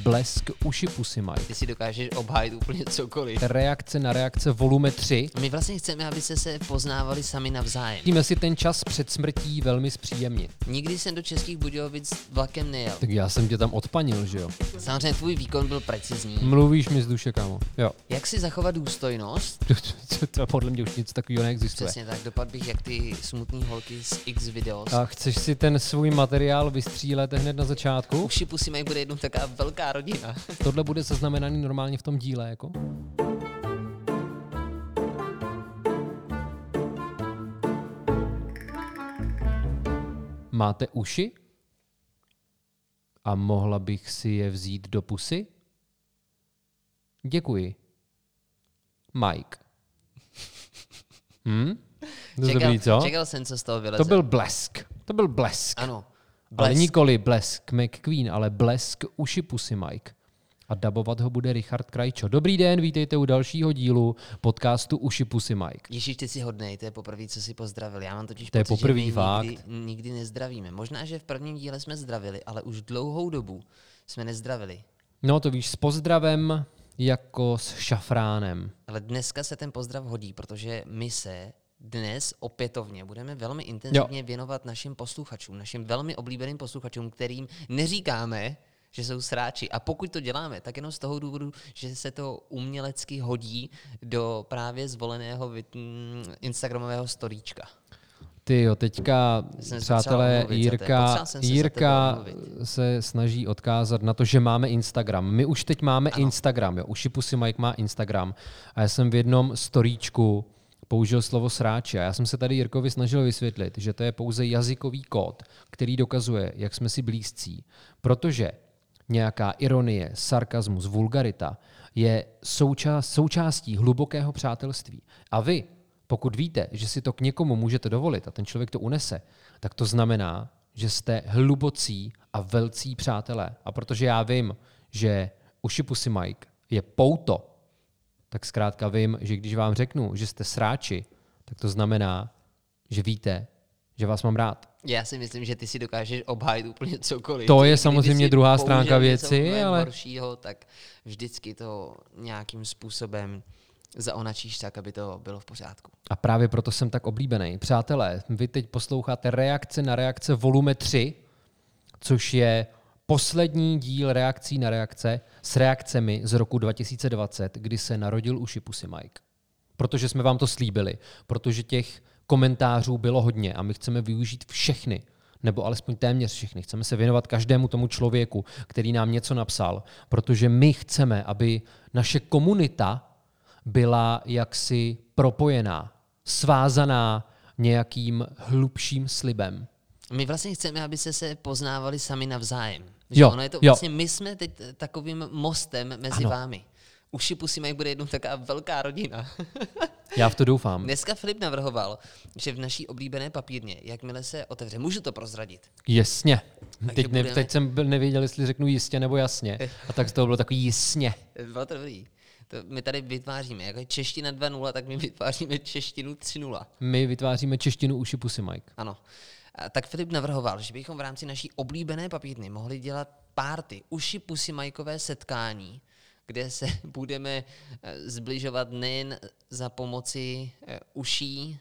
Blesk uši pusy Mike. Ty si dokážeš obhájit úplně cokoliv. Reakce na reakce volume 3. My vlastně chceme, aby se poznávali sami navzájem. Musíme si ten čas před smrtí velmi zpříjemnit. Nikdy jsem do Českých Budějovic vlakem nejel. Tak já jsem tě tam odpanil, že jo? Samozřejmě tvůj výkon byl precizní. Mluvíš mi z duše, kámo. Jo. Jak si zachovat důstojnost? To podle mě už nic takového neexistuje. Přesně tak, dopad bych jak ty smutný holky z X videos. A chceš si ten svůj materiál vystřílet hned na začátku? Uši pusy mají bude jednou taková velká rodina. Tohle bude zaznamenaný normálně v tom díle, jako? Máte uši? A mohla bych si je vzít do pusy? Děkuji. Mike. Dobrý, co? Čekal jsem, co z toho vyleze. To byl blesk. Ano. Ale nikoli Blesk McQueen, ale Blesk uši pusy Mike. A dabovat ho bude Richard Krajčo. Dobrý den, vítejte u dalšího dílu podcastu Uši pusy Mike. Ježíš, ty jsi hodnej, to je poprvé, co jsi pozdravil. Já mám totiž To je pocit, poprvý že fakt. my nikdy nezdravíme. Možná, že v prvním díle jsme zdravili, ale už dlouhou dobu jsme nezdravili. No to víš, s pozdravem jako s šafránem. Ale dneska se ten pozdrav hodí, protože my se dnes opětovně budeme velmi intenzivně věnovat našim posluchačům, našim velmi oblíbeným posluchačům, kterým neříkáme, že jsou sráči. A pokud to děláme, tak jenom z toho důvodu, že se to umělecky hodí do právě zvoleného instagramového storíčka. Tyjo, teďka, přátelé, Jirka se snaží odkázat na to, že máme Instagram. My už teď máme Instagram, jo. Uši pusy Mike má Instagram. A já jsem v jednom storíčku použil slovo sráči. A já jsem se tady Jirkovi snažil vysvětlit, že to je pouze jazykový kód, který dokazuje, jak jsme si blízcí. Protože nějaká ironie, sarkazmus, vulgarita je součástí hlubokého přátelství. A vy, pokud víte, že si to k někomu můžete dovolit a ten člověk to unese, tak to znamená, že jste hlubocí a velcí přátelé. A protože já vím, že Uši pusy Mike je pouto, tak zkrátka vím, že když vám řeknu, že jste sráči, tak to znamená, že víte, že vás mám rád. Já si myslím, že ty si dokážeš obhájit úplně cokoliv. To je samozřejmě druhá stránka věci, ale horšího, tak vždycky to nějakým způsobem zaonačíš tak, aby to bylo v pořádku. A právě proto jsem tak oblíbený. Přátelé, vy teď posloucháte reakce na reakce volume 3, což je poslední díl reakcí na reakce s reakcemi z roku 2020, kdy se narodil Uši pusy Mike. Protože jsme vám to slíbili, protože těch komentářů bylo hodně a my chceme využít všechny, nebo alespoň téměř všechny. Chceme se věnovat každému tomu člověku, který nám něco napsal, protože my chceme, aby naše komunita byla jaksi propojená, svázaná nějakým hlubším slibem. My vlastně chceme, aby se poznávali sami navzájem. Ono je to vlastně, my jsme teď takovým mostem mezi vámi. Uši pusy Mike bude jednou taková velká rodina. Já v to doufám. Dneska Filip navrhoval, že v naší oblíbené papírně, jakmile se otevře, můžu to prozradit? Jasně. Teď jsem nevěděl, jestli řeknu jistě nebo jasně. A tak z toho bylo takový jasně. Bylo to dobrý. To my tady vytváříme, jako je čeština 2.0, tak my vytváříme češtinu 3.0. My vytváříme češtinu Uši pusy Mike. Ano. Tak Filip navrhoval, že bychom v rámci naší oblíbené papírny mohli dělat party, Uši pusy Mikeové setkání, kde se budeme zbližovat nejen za pomoci uší,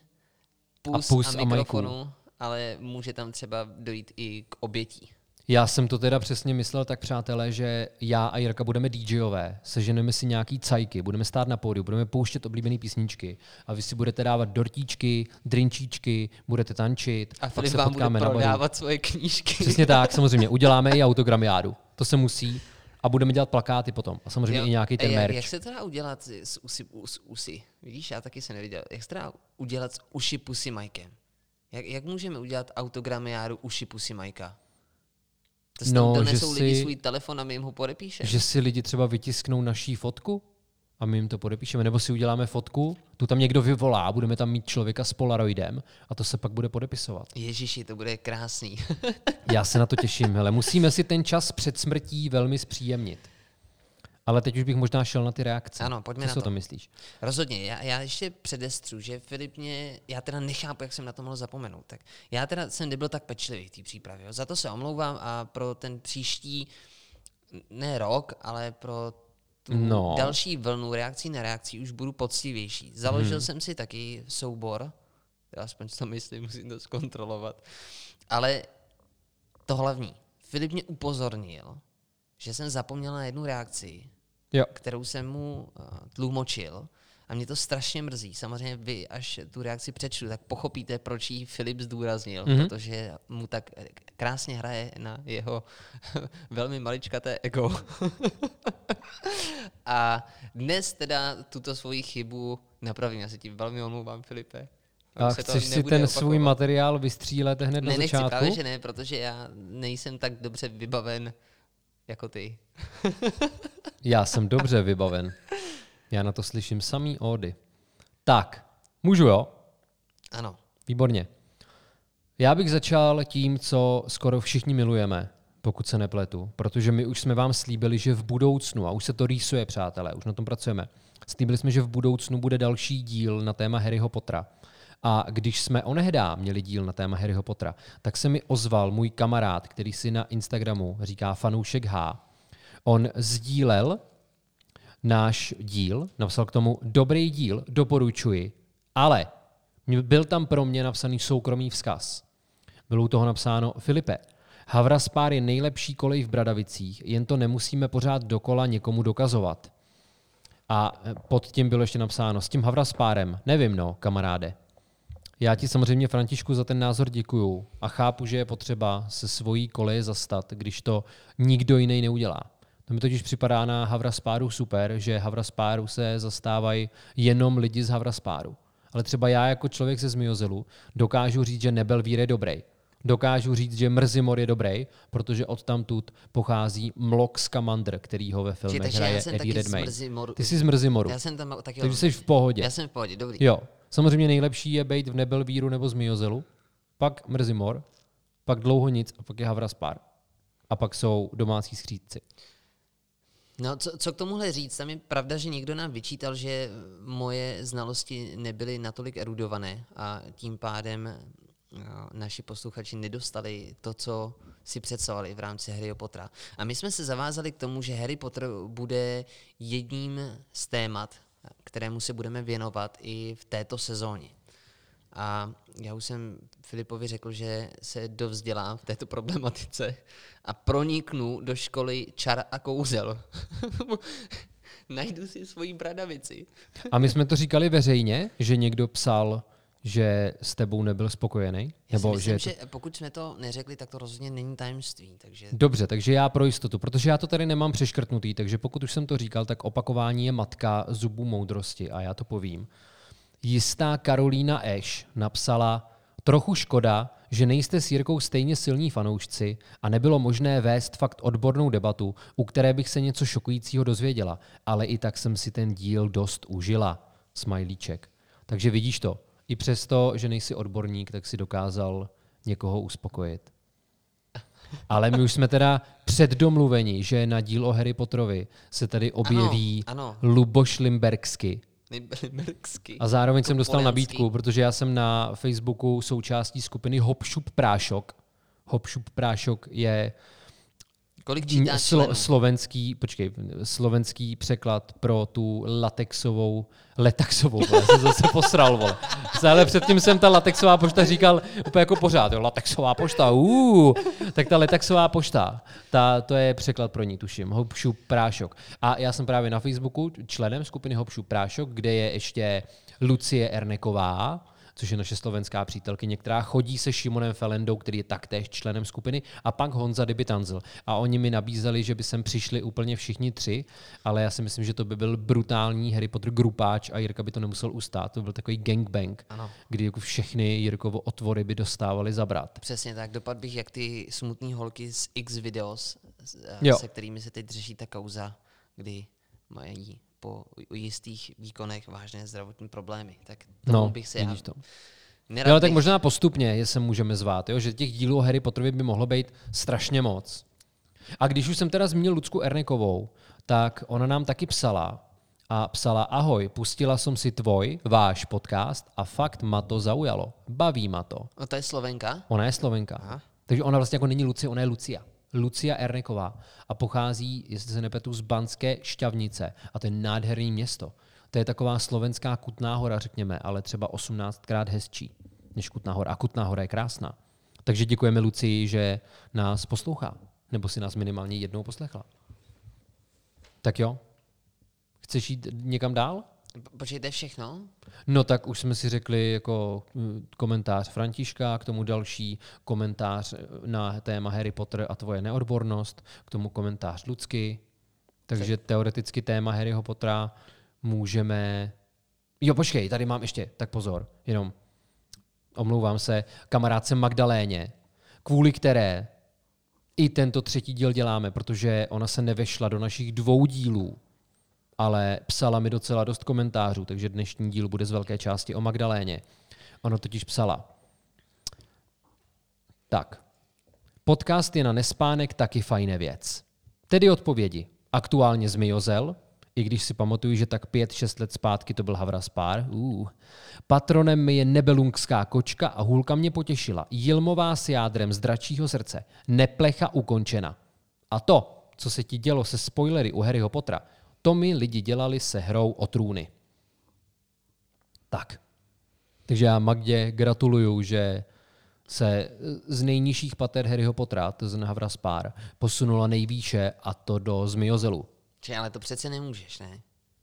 pus a mikrofonu, ale může tam třeba dojít i k obětí. Já jsem to teda přesně myslel tak, přátelé, že já a Jirka budeme DJové, seženeme si nějaký cajky, budeme stát na pódiu, budeme pouštět oblíbené písničky a vy si budete dávat dortíčky, drinčíčky, budete tančit. A Filip vám bude prodávat svoje knížky. Přesně tak, samozřejmě. Uděláme i autogramiádu. To se musí. A budeme dělat plakáty potom. A samozřejmě i nějaký ten merch. Jak se to dá udělat s usy? Vidíš, já taky jsem neviděl. Jak se to dá udělat s Uši pusy Mikem? Jak můžeme udělat autogramiádu Uši pusy Mikea? To donesou lidi svůj telefon a my jim ho podepíšeme. Že si lidi třeba vytisknou naší fotku a my jim to podepíšeme. Nebo si uděláme fotku, tu tam někdo vyvolá, budeme tam mít člověka s polaroidem a to se pak bude podepisovat. Ježiši, to bude krásný. Já se na to těším. Hele, musíme si ten čas před smrtí velmi zpříjemnit. Ale teď už bych možná šel na ty reakce. Ano, pojďme na to. Co to myslíš? Rozhodně. Já ještě předestřu, že Filip já teda nechápu, jak jsem na to mohl zapomenout. Tak já teda jsem nebyl tak pečlivý v té přípravě. Jo. Za to se omlouvám a pro ten příští ne rok, ale pro tu další vlnu reakcí na reakcí už budu poctivější. Založil jsem si taky soubor, aspoň to myslím, musím to zkontrolovat, ale to hlavní. Filip mě upozornil, že jsem zapomněl na jednu reakci, kterou jsem mu tlumočil a mě to strašně mrzí. Samozřejmě vy, až tu reakci přečtu, tak pochopíte, proč ji Filip zdůraznil, protože mu tak krásně hraje na jeho velmi maličkaté ego. A dnes teda tuto svoji chybu napravím. Já se ti velmi omlouvám, Filipe. A chceš si ten svůj materiál vystřílet hned na začátku? Nechci, právě že ne, protože já nejsem tak dobře vybaven jako ty. Já jsem dobře vybaven. Já na to slyším samý ódy. Tak, můžu, jo? Ano. Výborně. Já bych začal tím, co skoro všichni milujeme, pokud se nepletu, protože my už jsme vám slíbili, že v budoucnu, a už se to rýsuje, přátelé, už na tom pracujeme, slíbili jsme, že v budoucnu bude další díl na téma Harryho Pottera. A když jsme onehdá měli díl na téma Harryho Pottera, tak se mi ozval můj kamarád, který si na Instagramu říká Fanoušek H. On sdílel náš díl, napsal k tomu dobrý díl, doporučuji, ale byl tam pro mě napsaný soukromý vzkaz. Bylo u toho napsáno: Filipe, Havraspár je nejlepší kolej v Bradavicích, jen to nemusíme pořád dokola někomu dokazovat. A pod tím bylo ještě napsáno: s tím Havraspárem, nevím, no, kamaráde. Já ti samozřejmě, Františku, za ten názor děkuju a chápu, že je potřeba se svojí koleje zastat, když to nikdo jiný neudělá. To mi totiž připadá na Havraspáru super, že Havraspáru se zastávají jenom lidi z Havraspáru. Ale třeba já jako člověk ze Zmijozelu dokážu říct, že Nebelvír je dobrý. Dokážu říct, že Mrzimor je dobrý, protože odtamtud pochází Mlok Scamander, který ho ve filmech hraje Eddie Redmayne. Ty jsi z Mrzimoru. Já jsem tam taky. Takže jsi v pohodě. Já jsem v pohodě, dobrý. Jo. Samozřejmě nejlepší je být v Nebelvíru nebo Zmijozelu, pak Mrzimor, pak dlouho nic a pak je Havraspár. A pak jsou domácí skřídci. No, co k tomuhle říct? Tam je pravda, že někdo nám vyčítal, že moje znalosti nebyly natolik erudované a tím pádem naši posluchači nedostali to, co si představovali v rámci Harryho Pottera. A my jsme se zavázali k tomu, že Harry Potter bude jedním z témat, kterému se budeme věnovat i v této sezóně. A já už jsem Filipovi řekl, že se dovzdělám v této problematice a proniknu do školy čar a kouzel. Najdu si svoji bradavici. A my jsme to říkali veřejně, že někdo psal, že s tebou nebyl spokojený? Já si myslím, že pokud jsme to neřekli, tak to rozhodně není tajemství. Takže... Dobře, takže já pro jistotu, protože já to tady nemám přeškrtnutý, takže pokud už jsem to říkal, tak opakování je matka zubů moudrosti a já to povím. Jistá Karolína Eš napsala: trochu škoda, že nejste s Jirkou stejně silní fanoušci a nebylo možné vést fakt odbornou debatu, u které bych se něco šokujícího dozvěděla, ale i tak jsem si ten díl dost užila. Smajlíček. Takže vidíš to. I přesto, že nejsi odborník, tak si dokázal někoho uspokojit. Ale my už jsme teda předdomluveni, že na díl o Harry Potterovi se tady objeví Luboš Limbergsky. A zároveň jsem dostal nabídku, protože já jsem na Facebooku součástí skupiny Hop Šup Prášok. Hop Šup Prášok je slovenský překlad pro tu letaxovou, já jsem zase posral, vole. Ale předtím jsem ta latexová pošta říkal úplně jako pořád, jo, latexová pošta, tak ta letaxová pošta, to je překlad pro ní, tuším, Hop Šup Prášok. A já jsem právě na Facebooku členem skupiny Hop Šup Prášok, kde je ještě Lucie Erneková, což je naše slovenská přítelkyně, která chodí se Šimonem Felendou, který je taktéž členem skupiny, a pak Honza Dyby-Tanzl. A oni mi nabízeli, že by sem přišli úplně všichni tři, ale já si myslím, že to by byl brutální Harry Potter grupáč a Jirka by to nemusel ustát. To byl takový gangbang, kdy jako všechny Jirkovo otvory by dostávali zabrat. Přesně tak, dopad bych jak ty smutný holky z X videos, se kterými se teď řeší ta kauza, kdy mají po jistých výkonech vážné zdravotní problémy. Tak tomu bych se ale tak možná postupně je se můžeme zvát, jo? Že těch dílů o Harry Potterovi by mohlo být strašně moc. A když už jsem teda zmínil Lucku Ernekovou, tak ona nám taky psala a psala: ahoj, pustila jsem si váš podcast a fakt ma to zaujalo. Baví ma to. A to je Slovenka? Ona je Slovenka. Aha. Takže ona vlastně jako není Lucie, ona je Lucia. Lucia Erneková. A pochází, jestli se nepletu, z Banské Štiavnice. A to je nádherný město. To je taková slovenská Kutná Hora, řekněme, ale třeba 18krát hezčí než Kutná Hora. A Kutná Hora je krásná. Takže děkujeme Lucii, že nás poslouchá. Nebo si nás minimálně jednou poslechla. Tak jo. Chceš jít někam dál? Počkejte, všechno? No tak už jsme si řekli jako komentář Františka, k tomu další komentář na téma Harry Potter a tvoje neodbornost, k tomu komentář Lucky. Takže teoreticky téma Harryho Pottera můžeme... Jo, počkej, tady mám ještě, tak pozor, jenom omlouvám se, kamarádce Magdaléně, kvůli které i tento 3. díl děláme, protože ona se nevešla do našich 2 dílů, ale psala mi docela dost komentářů, takže dnešní díl bude z velké části o Magdaléně. Ona totiž psala. Tak, podcast je na nespánek taky fajné věc. Tedy odpovědi. Aktuálně Zmiozel, i když si pamatuju, že tak 5-6 let zpátky to byl Havraspár. Patronem mi je Nebelungská kočka a hůlka mě potěšila. Jilmová s jádrem z dračího srdce. Neplecha ukončena. A to, co se ti dělo se spoilery u Harryho Pottera, to mi lidi dělali se hrou o trůny. Tak. Takže já Magdě gratuluju, že se z nejnižších pater Harryho Pottera, to znamená Havraspár, posunula nejvýše a to do Zmiozelu. Ale to přece nemůžeš, ne?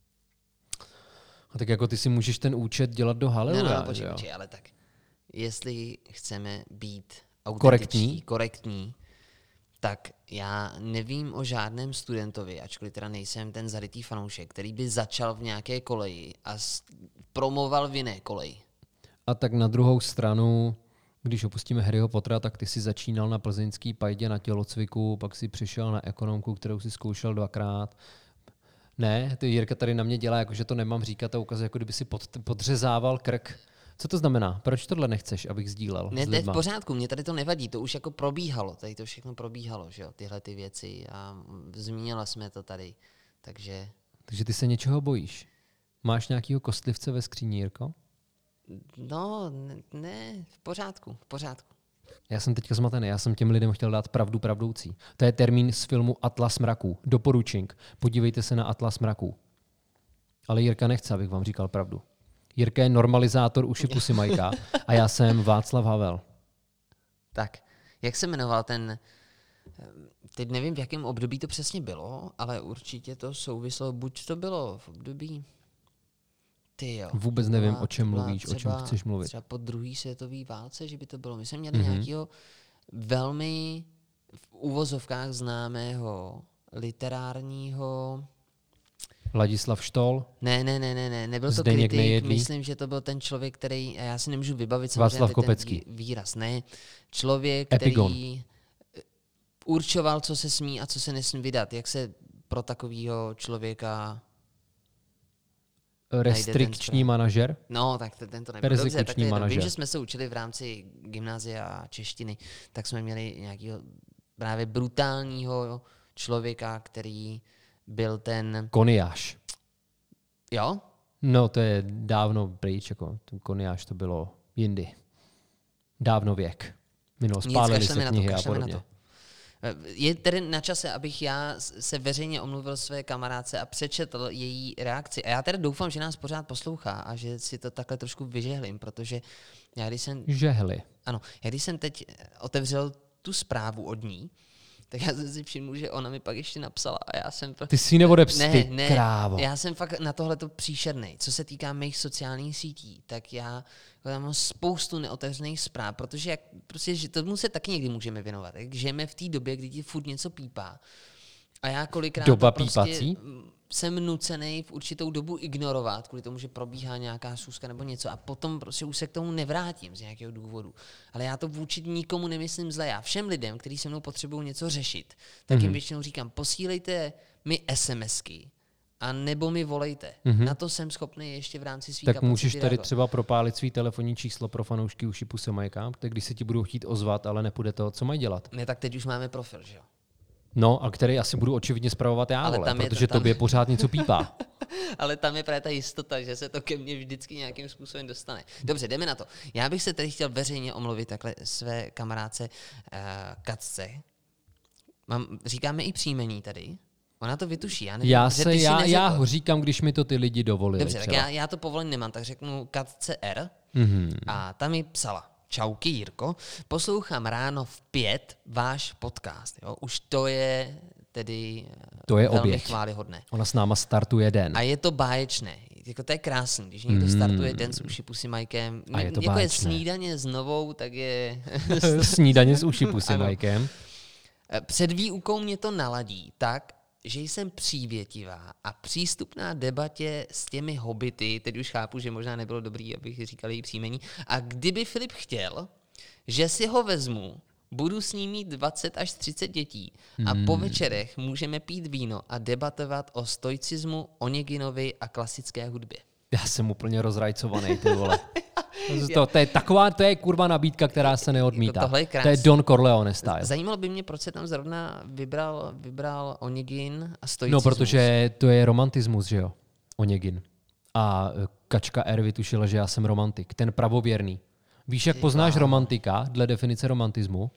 A tak jako ty si můžeš ten účet dělat do Haleluja. No, počkej, ale tak. Jestli chceme být autentičtí, korektní, tak já nevím o žádném studentovi, ačkoliv teda nejsem ten zarytý fanoušek, který by začal v nějaké koleji a promoval v jiné koleji. A tak na druhou stranu, když opustíme Harryho Pottera, tak ty si začínal na plzeňský pajdě na tělocviku, pak si přišel na ekonomku, kterou si zkoušel 2krát. Ne, ty Jirka tady na mě dělá, jako že to nemám říkat a ukazuje, jako kdyby si podřezával krk. Co to znamená? Proč tohle nechceš, abych sdílel? Ne, to je v pořádku, mě tady to nevadí, to už jako probíhalo, tady to všechno probíhalo, že jo, tyhle ty věci a zmínila jsme to tady, takže... Takže ty se něčeho bojíš? Máš nějakýho kostlivce ve skříni, Jirko? No, ne, v pořádku. Já jsem teďka zmatený, já jsem těm lidem chtěl dát pravdu pravdoucí. To je termín z filmu Atlas mraků. Doporučink. Podívejte se na Atlas mraků. Ale Jirka nechce, abych vám říkal pravdu. Jirka je normalizátor uši pusy Majka a já jsem Václav Havel. Tak, jak se jmenoval ten... Teď nevím, v jakém období to přesně bylo, ale určitě to souvislo, buď to bylo v období... Vůbec nevím, o čem mluvíš, třeba, o čem chceš mluvit. Třeba po druhé světové válce, že by to bylo. My jsme měli nějakého velmi v uvozovkách známého literárního... Ladislav Štol? Ne, nebyl to Zdeněk kritik, Nejedlý? Myslím, že to byl ten člověk, který, já si nemůžu vybavit Václav Kopecký. Ten výraz, ne. Člověk, Epigon. který určoval, co se smí a co se nesmí vydat. Jak se pro takového člověka... Restrikční manažer? No, tak ten to nebyl. Dobře, tak vím, že jsme se učili v rámci gymnázia a češtiny, tak jsme měli nějakého právě brutálního člověka, který byl ten... Koniáš. Jo? No, to je dávno pryč, jako Koniáš to bylo jindy. Dávno věk. Spálili se knihy a podobně. Je tedy na čase, abych já se veřejně omluvil své kamarádce a přečetl její reakci. A já tedy doufám, že nás pořád poslouchá a že si to takhle trošku vyžehlím, protože já když jsem teď otevřel tu zprávu od ní, tak já jsem si všiml, že ona mi pak ještě napsala a já jsem... Ty si neodepsty, krávo. Já jsem fakt na tohleto příšernej. Co se týká mých sociálních sítí, tak já tam mám spoustu neotevřených zpráv, protože že tomu se taky někdy můžeme věnovat. Tak žijeme v té době, kdy ti furt něco pípá. A já kolikrát jsem nucený v určitou dobu ignorovat, kvůli tomu, že probíhá nějaká schůzka nebo něco a potom prostě už se k tomu nevrátím z nějakého důvodu. Ale já to vůči nikomu nemyslím zle. Já všem lidem, kteří se mnou potřebují něco řešit, tak jim většinou říkám, posílejte mi SMSky a nebo mi volejte. Na to jsem schopný ještě v rámci svých kapacit. Tak můžeš tady třeba propálit svý telefonní číslo pro fanoušky uši pusy Majka, tak když se ti budou chtít ozvat, ale nepůjde to, co mají dělat? Ne, tak teď už máme profil, že jo? No, a který asi budu očividně spravovat já, protože tobě pořád něco pípá. Ale tam je právě ta jistota, že se to ke mně vždycky nějakým způsobem dostane. Dobře, jdeme na to. Já bych se tady chtěl veřejně omluvit takhle své kamarádce Katce, Říkáme i příjmení tady. Ona to vytuší. Já nevím, já ho říkám, když mi to ty lidi dovolili. Dobře, tak já to povolení nemám, tak řeknu Katce R. A tam mi psala. Čauky, Jirko, poslouchám ráno v 5 váš podcast. Jo? Už to je tedy velmi oběť. Chvályhodné. Ona s náma startuje den. A je to báječné. Jako to je krásný, když někdo startuje den s Uši Pusy Majkem. A je to jako je snídaně s Novou, tak je... Snídaně s Uši Pusy Majkem. Před výukou mě to naladí tak, že jsem přívětivá a přístupná debatě s těmi hobity, teď už chápu, že možná nebylo dobrý, abych říkal její příjmení, a kdyby Filip chtěl, že si ho vezmu, budu s ním mít 20 až 30 dětí a po večerech můžeme pít víno a debatovat o stoicismu, Oneginovi a klasické hudbě. Já jsem úplně rozrajcovaný, ty vole. To je kurva nabídka, která se neodmítá. To je Don Corleone style. Zajímalo by mě, proč se tam zrovna vybral Onegin a stoicismus. No, protože to je romantismus, že jo? Onegin. A Kačka R vytušila, že já jsem romantik. Ten pravověrný. Víš, jak poznáš romantika dle definice romantismu?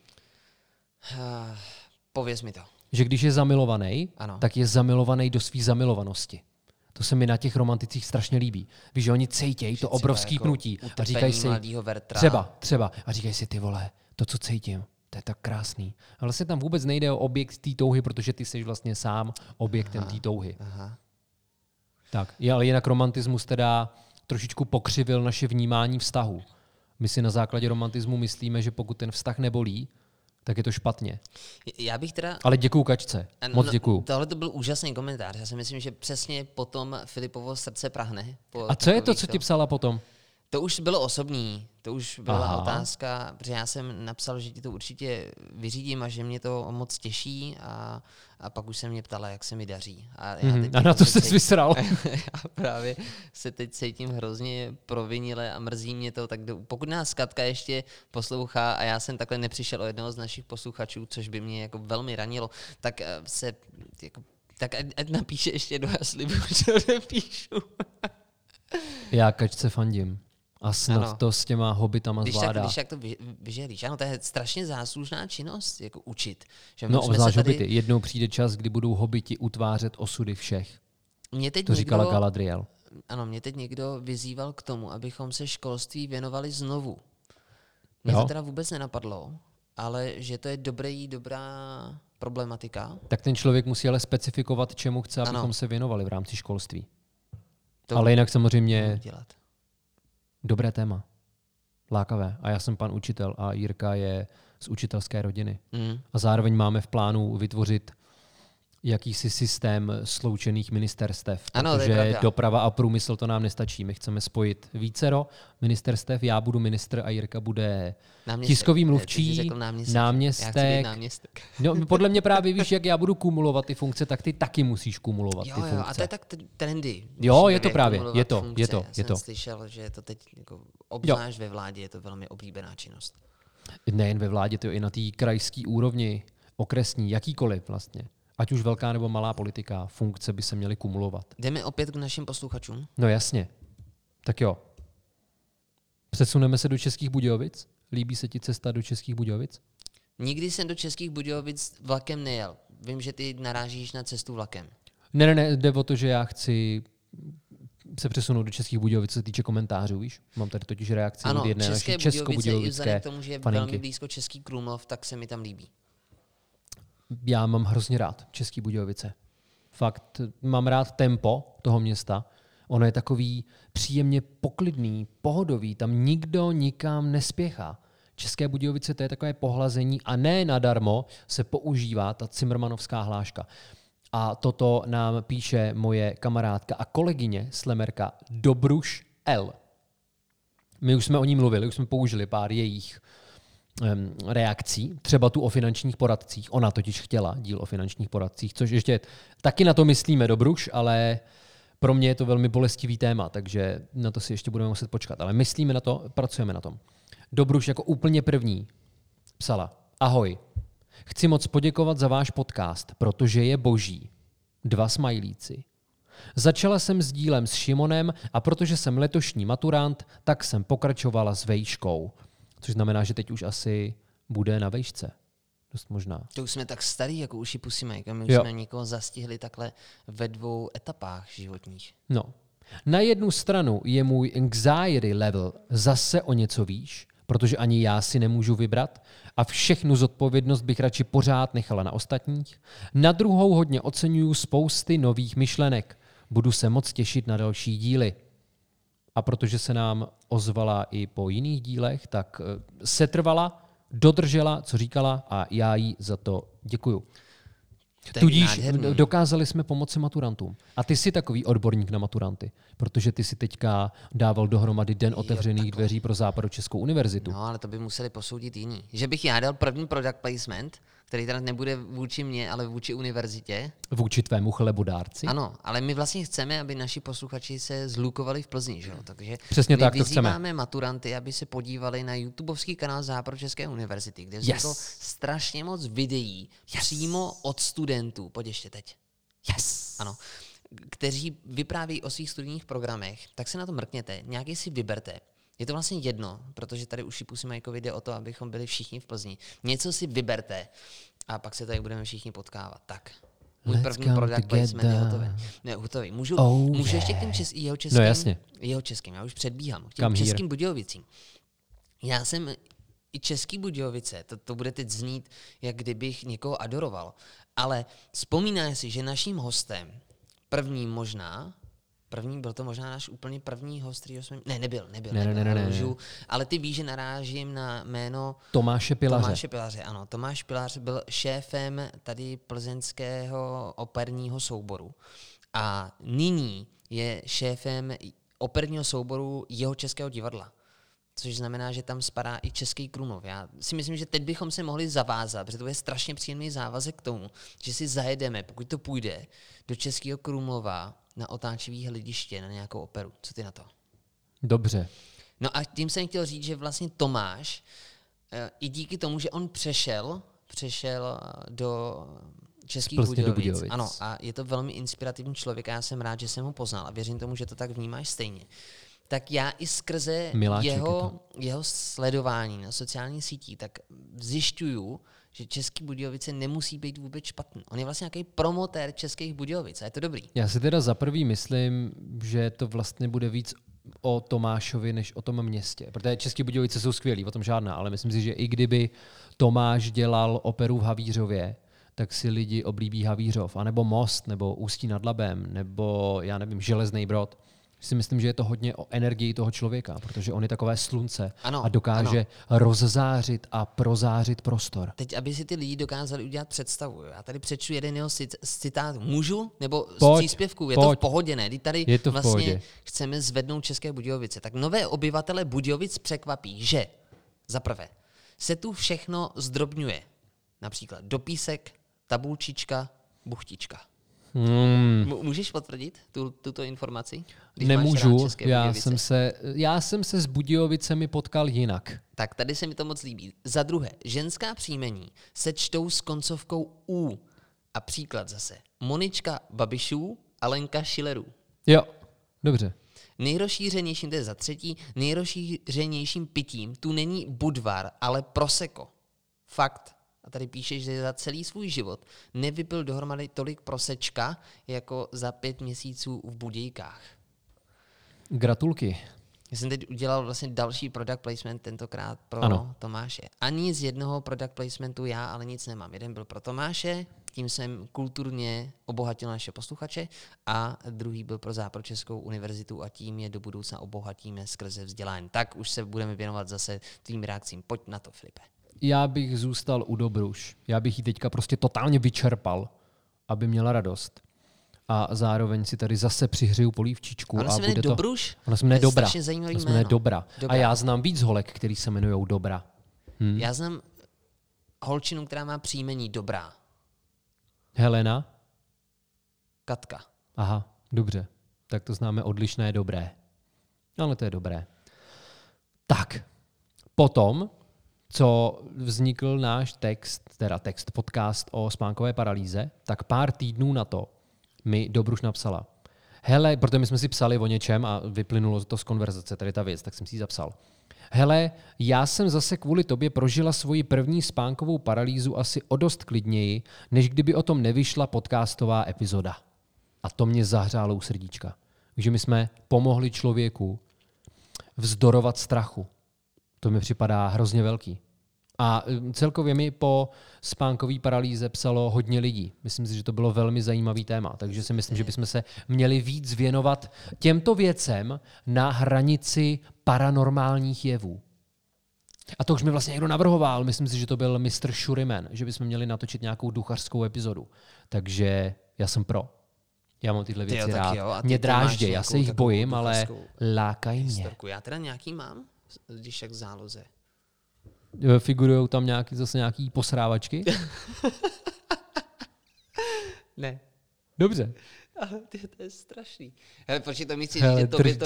Pověz mi to. Že když je zamilovaný, tak je zamilovaný do své zamilovanosti. To se mi na těch romanticích strašně líbí. Víš, že oni cejtějí to obrovský jako pnutí. A říkají si, třeba. A říkají si, ty vole, to, co cítím, to je tak krásný. A vlastně tam vůbec nejde o objekt té touhy, protože ty jsi vlastně sám objektem té touhy. Aha. Tak, ale jinak romantismus teda trošičku pokřivil naše vnímání vztahu. My si na základě romantismu myslíme, že pokud ten vztah nebolí, tak je to špatně. Já bych teda... Ale děkuju Kačce. Moc děkuju. Tohle to byl úžasný komentář. Já si myslím, že přesně potom Filipovo srdce prahne. A co je to, co ti psala potom? To už bylo osobní. To už byla otázka, protože já jsem napsal, že ti to určitě vyřídím a že mě to moc těší a pak už se mě ptala, jak se mi daří. A na to se vysral. Já právě se teď cítím hrozně provinile a mrzí mě to. Tak pokud nás Katka ještě poslouchá a já jsem takhle nepřišel o jednoho z našich posluchačů, což by mě jako velmi ranilo, tak ať napíše ještě jednou, já slibuju, že nepíšu. Já Kačce fandím. A snad to s těma hobitama zvládá. Když tak to vyžehlíš. Ano, to je strašně záslužná činnost, jako učit. Že zvlášť hobity. Jednou přijde čas, kdy budou hobiti utvářet osudy všech. To říkala Galadriel. Ano, mě teď někdo vyzýval k tomu, abychom se školství věnovali znovu. Mně to teda vůbec nenapadlo, ale že to je dobrá problematika. Tak ten člověk musí ale specifikovat, čemu chce, abychom se věnovali v rámci školství. Ale jinak samozřejmě... Dobré téma. Lákavé. A já jsem pan učitel a Jirka je z učitelské rodiny. A zároveň máme v plánu vytvořit jakýsi systém sloučených ministerstev. Protože doprava a průmysl to nám nestačí. My chceme spojit vícero ministerstev. Já budu ministr a Jirka bude tiskový mluvčí, náměstek. No, podle mě právě víš, jak já budu kumulovat ty funkce, tak ty taky musíš kumulovat ty funkce. A to je tak trendy. Jo, je to právě. Je to. Já jsem slyšel, že to teď jako obzvlášť ve vládě je to velmi oblíbená činnost. Nejen ve vládě, to je i na té krajské úrovni, okresní, jakýkoliv vlastně. Ať už velká nebo malá politika, funkce by se měly kumulovat. Jdeme opět k našim posluchačům? No jasně. Tak jo. Přesuneme se do Českých Budějovic? Líbí se ti cesta do Českých Budějovic? Nikdy jsem do Českých Budějovic vlakem nejel. Vím, že ty narážíš na cestu vlakem. Ne, jde o to, že já chci se přesunout do Českých Budějovic, co se týče komentářů, víš? Mám tady totiž reakci od jedné naší českobudějovické i k tomu, že je velmi blízko Český Krumlov, tak se mi tam líbí. Já mám hrozně rád Český Budějovice. Fakt, mám rád tempo toho města. Ono je takový příjemně poklidný, pohodový, tam nikdo nikam nespěchá. České Budějovice to je takové pohlazení a ne nadarmo se používá ta cimrmanovská hláška. A toto nám píše moje kamarádka a kolegyně Slemerka Dobruš L. My už jsme o ní mluvili, už jsme použili pár jejich reakcí, třeba tu o finančních poradcích. Ona totiž chtěla díl o finančních poradcích, což ještě taky na to myslíme, Dobruš, ale pro mě je to velmi bolestivý téma, takže na to si ještě budeme muset počkat. Ale myslíme na to, pracujeme na tom. Dobruš jako úplně první psala: Ahoj, chci moc poděkovat za váš podcast, protože je boží. 2 smajlíci. Začala jsem s dílem s Šimonem a protože jsem letošní maturant, tak jsem pokračovala s vejškou. Což znamená, že teď už asi bude na vejšce. Dost možná. To už jsme tak starý, jako uši Pussy Mike, a my už jsme někoho zastihli takhle ve 2 etapách životních. No. Na jednu stranu je můj anxiety level zase o něco výš, protože ani já si nemůžu vybrat a všechnu zodpovědnost bych radši pořád nechala na ostatních. Na druhou hodně oceňuju spousty nových myšlenek. Budu se moc těšit na další díly. A protože se nám ozvala i po jiných dílech, tak setrvala, dodržela, co říkala a já jí za to děkuju. Tudíž dokázali jsme pomoci maturantům. A ty jsi takový odborník na maturanty, protože ty si teďka dával dohromady den otevřených dveří pro Západočeskou univerzitu. No, ale to by museli posoudit jiný. Že bych já dal první product placement, který teda nebude vůči mně, ale vůči univerzitě. Vůči tvému chlebodárci? Ano, ale my vlastně chceme, aby naši posluchači se zlukovali v Plzni, že jo? Takže přesně my tak to chceme. Vyzýváme maturanty, aby se podívali na YouTubeovský kanál Západočeské univerzity, kde vzniklo strašně moc videí přímo od studentů. Pojď ještě teď. Ano. Kteří vyprávějí o svých studijních programech, tak se na to mrkněte, nějaký si vyberte. Je to vlastně jedno, protože tady u Pussy Mikeovi jde o to, abychom byli všichni v Plzni. Něco si vyberte a pak se tady budeme všichni potkávat. Tak. Můj první product placement je hotový. Ne, hotový. Můžu ještě k těm jeho českým? No jasně. Jeho českým, já už předbíhám. K těm českým Budějovicím. Já jsem i Český Budějovice, to bude teď znít, jak kdybych někoho adoroval. Ale vzpomínáš si, že naším hostem, byl to možná náš úplně první host, kterýho jsme... Nebyl. Ale ty víš, že narážím na jméno Tomáše Pilaře. Ano, Tomáš Pilař byl šéfem tady plzeňského operního souboru. A nyní je šéfem operního souboru Jihočeského divadla. Což znamená, že tam spadá i Český Krumlov. Já si myslím, že teď bychom se mohli zavázat, protože to je strašně příjemný závazek k tomu, že si zajedeme, pokud to půjde, do Českého Krumlova na otáčivý hlediště na nějakou operu. Co ty na to? Dobře. No a tím jsem chtěl říct, že vlastně Tomáš, i díky tomu, že on přešel do Českých Budějovic. Ano, a je to velmi inspirativní člověk a já jsem rád, že jsem ho poznal a věřím tomu, že to tak vnímáš stejně. Tak já i skrze jeho sledování na sociálních sítích, tak zjišťuju, že Český Budějovice nemusí být vůbec špatný. On je vlastně nějaký promotér Českých Budějovic a je to dobrý. Já si teda za prvý myslím, že to vlastně bude víc o Tomášovi, než o tom městě. Protože České Budějovice jsou skvělý, o tom žádná, ale myslím si, že i kdyby Tomáš dělal operu v Havířově, tak si lidi oblíbí Havířov, anebo Most, nebo Ústí nad Labem, nebo já nevím, Železný Brod. Si myslím, že je to hodně o energii toho člověka, protože on je takové slunce a dokáže rozzářit a prozářit prostor. Teď, aby si ty lidi dokázali udělat představu. Já tady přečtu jeden jeho z citátů. Můžu? Nebo z příspěvků? Je to v pohodě, ne? Tady vlastně chceme zvednout České Budějovice. Tak nové obyvatele Budějovic překvapí, že za prvé se tu všechno zdrobňuje. Například dopísek, tabulčička, buchtička. Můžeš potvrdit tuto informaci? Nemůžu, já jsem se s Budějovicemi potkal jinak. Tak tady se mi to moc líbí. Za druhé, ženská příjmení se čtou s koncovkou U. A příklad zase. Monička Babišů, Alenka Schillerů. Jo, dobře. To je za třetí, nejrozšířenějším pitím tu není Budvar, ale Prosecco. Fakt. A tady píšeš, že za celý svůj život nevypil dohromady tolik prosečka, jako za 5 měsíců v Budějkách. Gratulky. Já jsem teď udělal vlastně další product placement, tentokrát pro Tomáše. Ani z jednoho product placementu já ale nic nemám. Jeden byl pro Tomáše, tím jsem kulturně obohatil naše posluchače, a druhý byl pro Západočeskou univerzitu a tím je do budoucna obohatíme skrze vzdělání. Tak už se budeme věnovat zase tvým reakcím. Pojď na to, Filipe. Já bych zůstal u Dobruš. Já bych ji teďka prostě totálně vyčerpal, aby měla radost. A zároveň si tady zase přihřeju polívčičku. Ona se jmenuje Dobruš? Ona se jmenuje Dobra. Ona se jmenuje Dobra. A já znám víc holek, který se jmenují Dobra. Já znám holčinu, která má příjmení Dobrá. Helena? Katka. Aha, dobře. Tak to známe odlišné dobré. Ale to je dobré. Tak, potom, co vznikl náš podcast o spánkové paralýze, tak pár týdnů na to mi Dobruš napsala: hele, protože my jsme si psali o něčem a vyplynulo to z konverzace, tady ta věc, tak jsem si ji zapsal. Hele, já jsem zase kvůli tobě prožila svoji první spánkovou paralýzu asi o dost klidněji, než kdyby o tom nevyšla podcastová epizoda. A to mě zahřálo u srdíčka. Takže my jsme pomohli člověku vzdorovat strachu. To mi připadá hrozně velký. A celkově mi po spánkové paralýze psalo hodně lidí. Myslím si, že to bylo velmi zajímavý téma, takže si myslím, že bychom se měli víc věnovat těmto věcem na hranici paranormálních jevů. A to už mi vlastně někdo navrhoval. Myslím si, že to byl Mr. Shuriman, že bychom měli natočit nějakou duchařskou epizodu. Takže já jsem pro. Já mám tyhle věci rád. Mě drážděj, já se jich bojím, ale lákají mě. Historku. Já teda nějaký mám, když jak v záloze. Figurujou tam zase nějaký posrávačky? Ne. Dobře. Ale to je strašný. Hele, proč to myslíš, že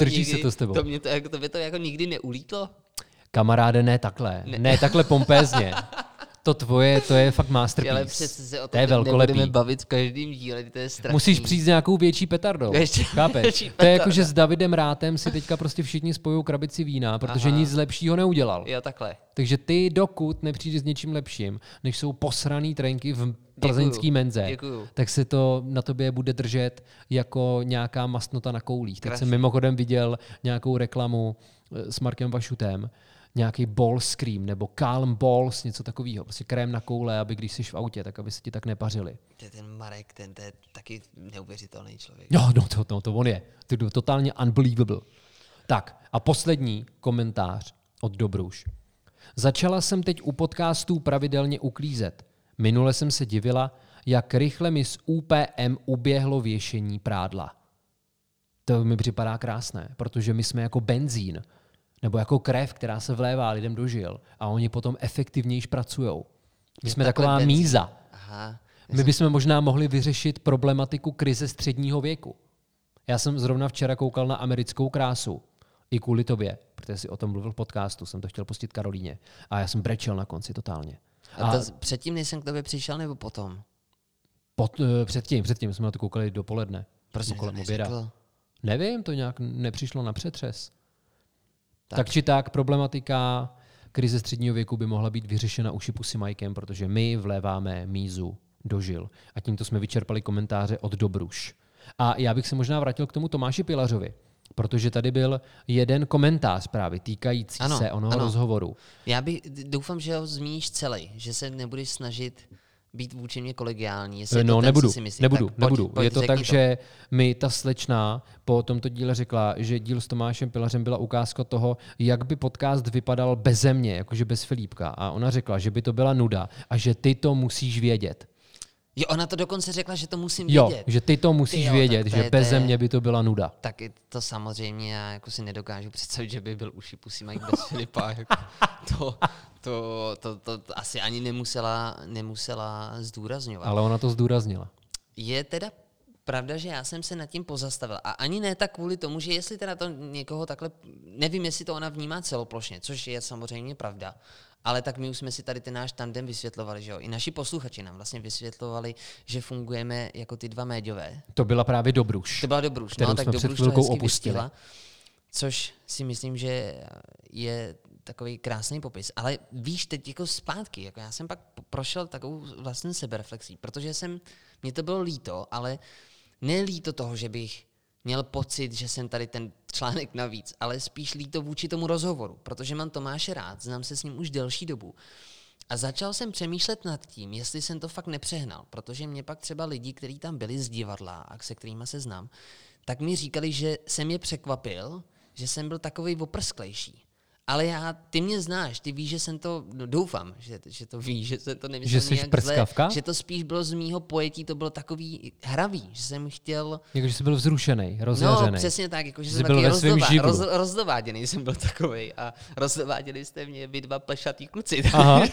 tobě to jako nikdy neulítlo? Kamaráde, ne takhle. Ne takhle pompézně. To tvoje, to je fakt masterpiece. Ale přece se o to je velkolepý. Nebudeme bavit v každém díle, to je strašný. Musíš přijít s nějakou větší petardou. Chápeš? To je jako, že s Davidem Rátem si teďka prostě všichni spojují krabici vína, protože nic lepšího neudělal. Jo, takhle. Takže ty, dokud nepřijdeš s něčím lepším, než jsou posraný trenky v plzeňský menze, tak se to na tobě bude držet jako nějaká mastnota na koulích. Tak jsem mimochodem viděl nějakou reklamu s Markem Vašutem, nějaký ball scream nebo calm balls, něco takového. Prostě krém na koule, aby když jsi v autě, tak aby se ti tak nepařili. To je ten Marek, to je taky neuvěřitelný člověk. No, to on je. To je totálně unbelievable. Tak a poslední komentář od Dobruš. Začala jsem teď u podcastů pravidelně uklízet. Minule jsem se divila, jak rychle mi z UPM uběhlo věšení prádla. To mi připadá krásné, protože my jsme jako benzín, nebo jako krev, která se vlévá lidem do žil a oni potom efektivněji pracujou. My jsme taková míza. Aha. My bychom možná mohli vyřešit problematiku krize středního věku. Já jsem zrovna včera koukal na Americkou krásu. I kvůli tobě, protože jsi o tom mluvil v podcastu, jsem to chtěl pustit Karolíně. A já jsem brečel na konci totálně. A to předtím, než jsem k tobě přišel, nebo potom? Předtím jsme na to koukali dopoledne. Proč kolem oběda. Nevím, to nějak nepřišlo na přetřes. Tak či tak, problematika krize středního věku by mohla být vyřešena uši pusy Mikem, protože my vléváme mízu do žil. A tímto jsme vyčerpali komentáře od Dobruš. A já bych se možná vrátil k tomu Tomáši Pilařovi, protože tady byl jeden komentář právě týkající se onoho rozhovoru. Já doufám, že ho zmíníš celý, že se nebudeš snažit být vůči mě kolegiální. Nebudu. Je to tak, že mi ta slečna po tomto díle řekla, že díl s Tomášem Pilařem byla ukázka toho, jak by podcast vypadal beze mě, jakože bez Filipka. A ona řekla, že by to byla nuda a že ty to musíš vědět. Jo, ona to dokonce řekla, že to musím vědět. Jo, že ty to musíš vědět, že beze mě by to byla nuda. Tak to samozřejmě já jako si nedokážu představit, že by byl uši pusy Mike bez Filipa. Jako to asi ani nemusela zdůrazňovat. Ale ona to zdůraznila. Je teda pravda, že já jsem se nad tím pozastavil. A ani ne tak kvůli tomu, že jestli teda to někoho takhle, nevím, jestli to ona vnímá celoplošně, což je samozřejmě pravda. Ale tak my už jsme si tady ten náš tandem vysvětlovali, že jo. I naši posluchači nám vlastně vysvětlovali, že fungujeme jako ty dva médiové. To byla právě Dobruš. To byla Dobruš, kterou tak jsme před chvilkou opustili. Což si myslím, že je takový krásný popis. Ale víš, teď jako zpátky, jako já jsem pak prošel takovou vlastní sebereflexí, protože mě to bylo líto, ale ne líto toho, že bych měl pocit, že jsem tady ten článek navíc, ale spíš líto vůči tomu rozhovoru, protože mám Tomáše rád, znám se s ním už delší dobu. A začal jsem přemýšlet nad tím, jestli jsem to fakt nepřehnal, protože mě pak třeba lidi, kteří tam byli z divadla a se kterými se znám, tak mi říkali, že jsem je překvapil, že jsem byl takovej oprsklejší. Ale ty mě znáš, ty víš, že jsem to, doufám, že to víš, že jsem to nemyslel nějak zle, že to spíš bylo z mýho pojetí, to bylo takový hravý, že jsem chtěl... Jako, že jsi byl vzrušený, rozjařený. No, přesně tak, jako, že jsem taky rozdováděný jsem byl takovej a rozdováděli jste mě vy dva plešatý kluci. Aha.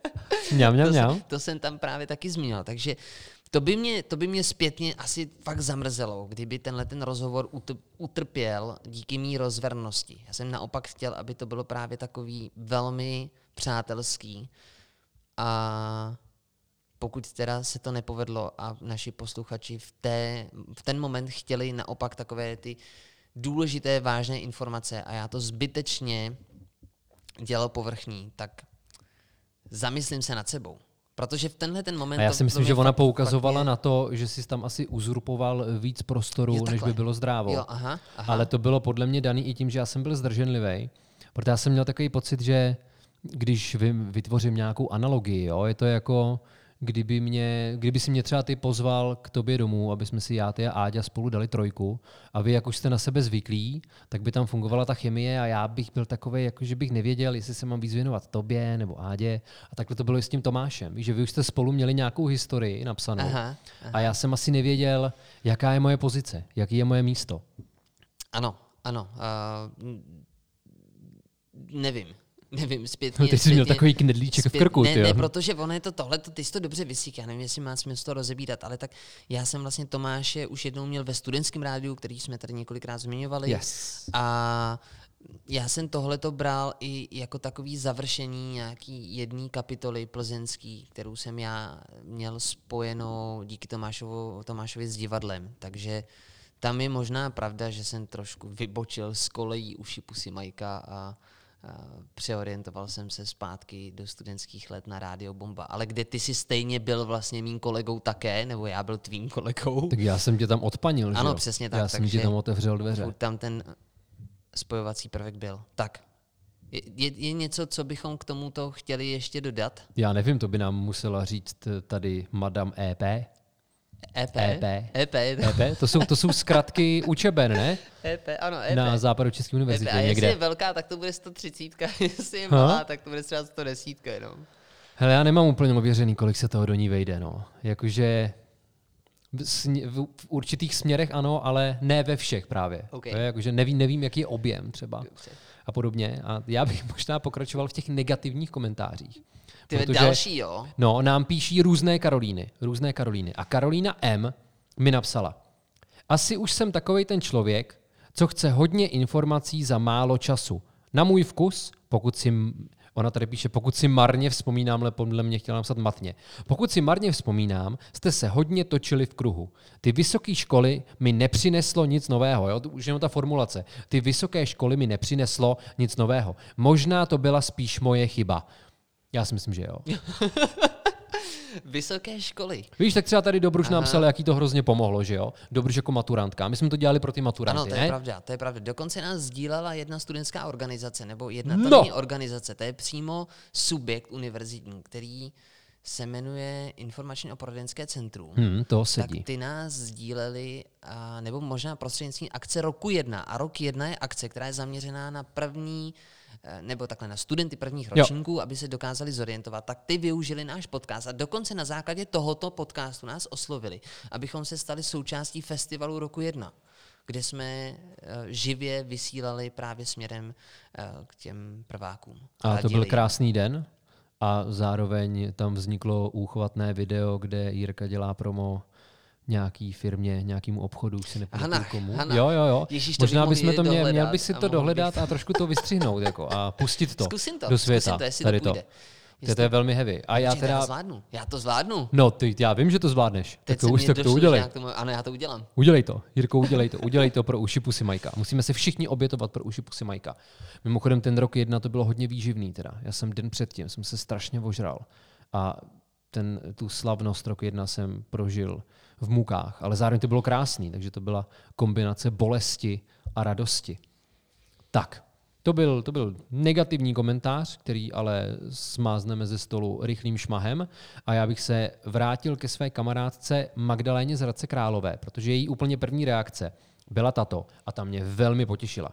Mňam. To jsem tam právě taky zmínil, takže to by mě zpětně asi fakt zamrzelo, kdyby ten rozhovor utrpěl díky mý rozvernosti. Já jsem naopak chtěl, aby to bylo právě takový velmi přátelský a pokud teda se to nepovedlo a naši posluchači v ten moment chtěli naopak takové ty důležité, vážné informace a já to zbytečně dělal povrchní, tak zamyslím se nad sebou. Protože v tenhle ten moment... A já si myslím, že ona poukazovala na to, že jsi tam asi uzurpoval víc prostoru, než by bylo zdrávo. Jo, aha. Ale to bylo podle mě daný i tím, že já jsem byl zdrženlivý, protože já jsem měl takový pocit, že když vytvořím nějakou analogii, jo, je to jako... Kdyby si mě třeba ty pozval k tobě domů, aby jsme si já, ty a Áďa spolu dali 3 a vy, jak už jste na sebe zvyklí, tak by tam fungovala ta chemie a já bych byl takovej, jako že bych nevěděl, jestli se mám víc věnovat tobě nebo Ádě. A takhle to bylo i s tím Tomášem. Víš, že vy už jste spolu měli nějakou historii napsanou a já jsem asi nevěděl, jaká je moje pozice, jaký je moje místo. Ano. Nevím, zpětně. Ty jsi měl takový knedlíček v krku, Ne, protože ono je to tohle, ty jsi to dobře vysík, já nevím, jestli má smysl to rozebírat, ale tak já jsem vlastně Tomáše už jednou měl ve studentském rádiu, který jsme tady několikrát zmiňovali. Yes. A já jsem tohleto bral i jako takový završení nějaký jedné kapitoly plzeňský, kterou jsem já měl spojenou díky Tomášovi s divadlem, takže tam je možná pravda, že jsem trošku vybočil z kolejí uši pusy Majka a přeorientoval jsem se zpátky do studentských let na Rádio Bomba. Ale kde ty jsi stejně byl vlastně mým kolegou také, nebo já byl tvým kolegou? Tak já jsem tě tam odpanil, že ano, jo? přesně tak. Já jsem ti tam otevřel dveře. Tam ten spojovací prvek byl. Tak, je něco, co bychom k tomuto chtěli ještě dodat? Já nevím, to by nám musela říct tady Madame EP. EP. To jsou zkratky učeben, ne? EP, ano, EP. Na Západočeské univerzitě EP. A někde. jestli je velká, tak to bude 130, jestli je malá, tak to bude třeba 110 jenom. Hele, já nemám úplně ověřený, kolik se toho do ní vejde, no. Jakože v určitých směrech ano, ale ne ve všech právě. Okay. Jakože nevím, jaký je objem třeba. A podobně. A já bych možná pokračoval v těch negativních komentářích. Protože, další, jo? No, nám píší různé Karolíny. A Karolína M. mi napsala: asi už jsem takovej ten člověk, co chce hodně informací za málo času. Na můj vkus, ona tady píše, pokud si marně vzpomínám, ale podle mě chtěla napsat matně. Pokud si marně vzpomínám, jste se hodně točili v kruhu. Ty vysoké školy mi nepřineslo nic nového. Jo? To už jenom ta formulace. Ty vysoké školy mi nepřineslo nic nového. Možná to byla spíš moje chyba. Já si myslím, že jo. Vysoké školy. Víš, tak třeba tady Dobruš nám psal, jaký to hrozně pomohlo, že jo? Dobruš jako maturantka. My jsme to dělali pro ty maturanty, ano, to je pravda. Dokonce nás sdílela jedna studentská organizace, nebo jedna organizace. To je přímo subjekt univerzitní, který se jmenuje Informační a poradenské centrum. To sedí. Tak ty nás sdíleli, nebo možná prostřednictvím akce roku 1. A rok 1 je akce, která je zaměřená na první nebo takhle na studenty prvních ročníků, aby se dokázali zorientovat, tak ty využili náš podcast a dokonce na základě tohoto podcastu nás oslovili, abychom se stali součástí festivalu roku 1, kde jsme živě vysílali právě směrem k těm prvákům. A to byl krásný den a zároveň tam vzniklo úchvatné video, kde Jirka dělá promo nějaký firmě, nějakému obchodu, už si nepamatuju komu. Jo. Ježíš, možná bychom to měl by si to dohledat a trošku to vystřihnout jako, a pustit to do světa. Tady to. To je velmi heavy. A já to zvládnu. No, já vím, že to zvládneš. Tak to už tak to udělej. Ano, já to udělám. Udělej to, Jirko, udělej to pro uši pusy Majka. Musíme se všichni obětovat pro uši pusy Majka. Mimochodem ten rok 1 to bylo hodně výživný teda. Já jsem den předtím, jsem se strašně ožral. A tu slavnost rok 1 jsem prožil v mukách, ale zároveň to bylo krásný, takže to byla kombinace bolesti a radosti. Tak, to byl negativní komentář, který ale smázneme ze stolu rychlým šmahem a já bych se vrátil ke své kamarádce Magdaléně z Hradce Králové, protože její úplně první reakce byla tato a ta mě velmi potěšila.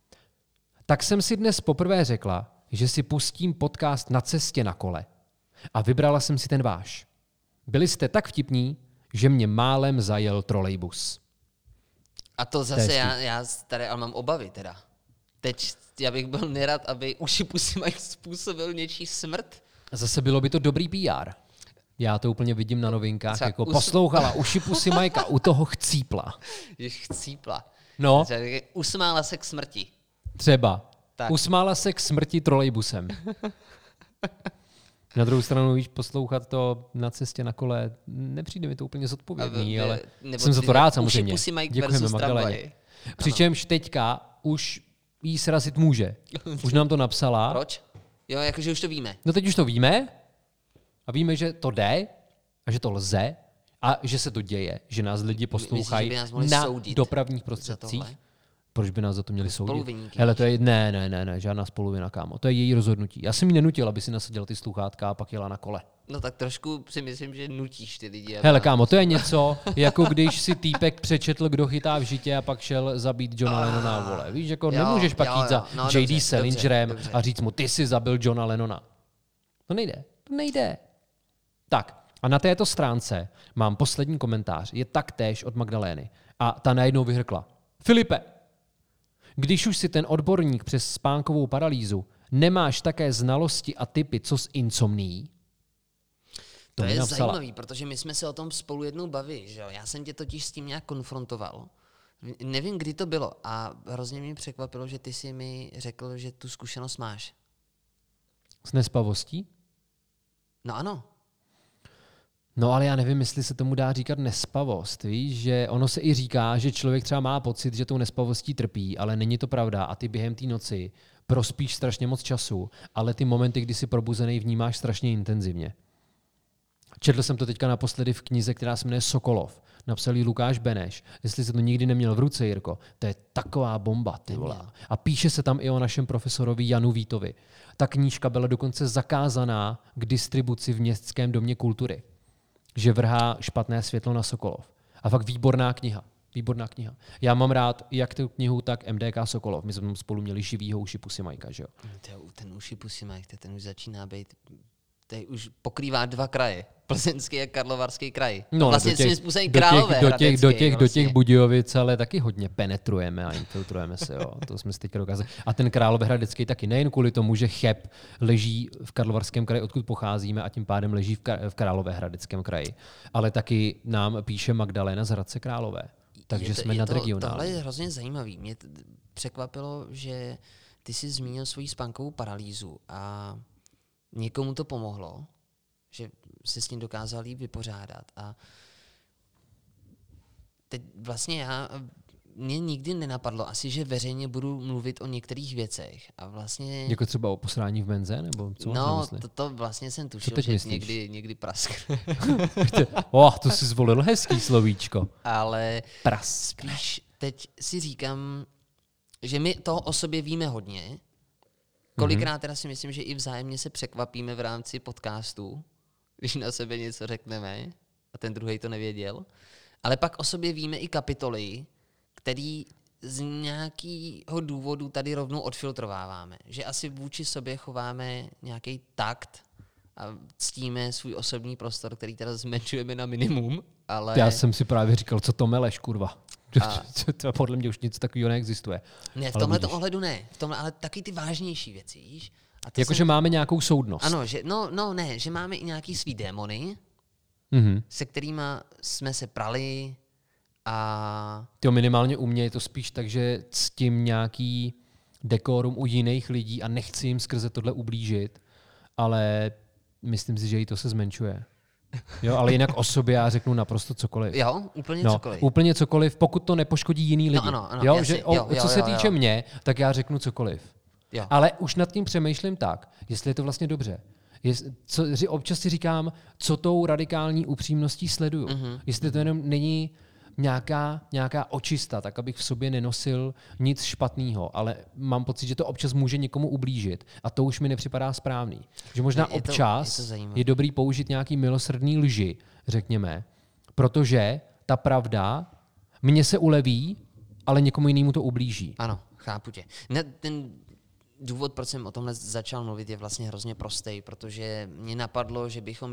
Tak jsem si dnes poprvé řekla, že si pustím podcast Na cestě na kole a vybrala jsem si ten váš. Byli jste tak vtipní, že mě málem zajel trolejbus. A to zase já tady ale mám obavy teda. Teď já bych byl nerad, aby uši pusy Mike způsobil něčí smrt. Zase bylo by to dobrý PR. Já to úplně vidím na novinkách, jako poslouchala uši pusy Majka, u toho chcípla. Chcípla. No. Usmála se k smrti. Třeba. Tak. Usmála se k smrti trolejbusem. Na druhou stranu, víš, poslouchat to na cestě na kole, nepřijde mi to úplně zodpovědný, ale jsem za to rád samozřejmě. Děkujeme Magdaléně. Přičemž teďka už jí srazit může. Už nám to napsala. Proč? Jo, jakože už to víme. No teď už to víme a víme, že to jde a že to lze a že se to děje, že nás lidi poslouchají na dopravních prostředcích. Proč by nás za to měli soudit? Hele, to je ne, žádná spoluvina, kámo. To je její rozhodnutí. Já jsem jí nenutil, aby si nasadila ty sluchátka a pak jela na kole. No tak trošku si myslím, že nutíš ty lidi. Hele, kámo, to je něco, jako když si týpek přečetl, Kdo chytá v žitě a pak šel zabít Johna Lennona, vole. Víš, jako nemůžeš pak jít za J.D. Salingerem a říct mu, ty jsi zabil Johna Lennona. To nejde. Tak, a na této stránce mám poslední komentář. Je taktéž od Magdalény. A ta najednou vyhrkla. Filipe, když už si ten odborník přes spánkovou paralýzu, nemáš také znalosti a tipy, co s insomnií? To je zajímavý, protože my jsme se o tom spolu jednou bavili, že jo? Já jsem tě totiž s tím nějak konfrontoval. Nevím, kdy to bylo a hrozně mě překvapilo, že ty jsi mi řekl, že tu zkušenost máš. S nespavostí? No ano. No ale já nevím, jestli se tomu dá říkat nespavost. Víš, že ono se i říká, že člověk třeba má pocit, že tou nespavostí trpí, ale není to pravda a ty během té noci prospíš strašně moc času, ale ty momenty, kdy jsi probuzený, vnímáš strašně intenzivně. Četl jsem to teďka naposledy v knize, která se jmenuje Sokolov. Napsal ji Lukáš Beneš. Jestli jsi to nikdy neměl v ruce, Jirko, to je taková bomba, ty vole. A píše se tam i o našem profesorovi Janu Vítovi. Ta knížka byla dokonce zakázaná k distribuci v Městském domě kultury. Že vrhá špatné světlo na Sokolov. A fakt výborná kniha. Já mám rád jak tu knihu, tak MDK Sokolov. My jsme spolu měli živýho Uši Pusy Majka, že jo? Ten Uši Pusy Mike, ten už začíná být... Tady už pokrývá 2 kraje. Plzeňský a Karlovarský kraj. No, vlastně svým způsobem Králové do těch Budějovic ale taky hodně penetrujeme a infiltrujeme se. Jo. To jsme si teď dokázali. A ten Královéhradecký taky. Nejen kvůli tomu, že Cheb leží v Karlovarském kraji, odkud pocházíme a tím pádem leží v Královéhradeckém kraji. Ale taky nám píše Magdaléna z Hradce Králové. Takže jsme nadregionální. Tohle je hrozně zajímavý. Mě překvapilo, že ty jsi zmínil svoji spánkovou paralýzu a někomu to pomohlo, že se s ním dokázal líp vypořádat. A teď vlastně mě nikdy nenapadlo asi, že veřejně budu mluvit o některých věcech. A vlastně... Jako třeba o posrání v benze? Nebo co to vlastně jsem tušil, že někdy praskne. To jsi zvolil hezký slovíčko. Ale spíš teď si říkám, že my toho o sobě víme hodně. Kolikrát teda si myslím, že i vzájemně se překvapíme v rámci podcastu, když na sebe něco řekneme a ten druhej to nevěděl. Ale pak o sobě víme i kapitoly, který z nějakého důvodu tady rovnou odfiltrováváme. Že asi vůči sobě chováme nějaký takt a ctíme svůj osobní prostor, který teda zmenšujeme na minimum. Ale... Já jsem si právě říkal, co to meleš, kurva. To podle mě už nic takového neexistuje. Ne, v tomhle ohledu ne. Ale taky ty vážnější věci, víš? Jakože máme nějakou soudnost. Ano, že máme i nějaký svý démony, se kterými jsme se prali a... Minimálně u mě je to spíš tak, že ctím nějaký dekorum u jiných lidí a nechci jim skrze tohle ublížit, ale myslím si, že i to se zmenšuje. Jo, ale jinak o sobě já řeknu naprosto cokoliv. Jo, úplně cokoliv. Úplně cokoliv, pokud to nepoškodí jiný lidi. Ano, jo, jasný, co se týče mě, tak já řeknu cokoliv. Jo. Ale už nad tím přemýšlím tak, jestli je to vlastně dobře. Občas si říkám, co tou radikální upřímností sleduju. Jestli to jenom není nějaká očista, tak abych v sobě nenosil nic špatného, ale mám pocit, že to občas může někomu ublížit a to už mi nepřipadá správný. Že možná občas je dobrý použít nějaký milosrdný lži, řekněme, protože ta pravda mně se uleví, ale někomu jinému to ublíží. Ano, chápu tě. Ten důvod, proč jsem o tomhle začal mluvit, je vlastně hrozně prostý, protože mě napadlo, že bychom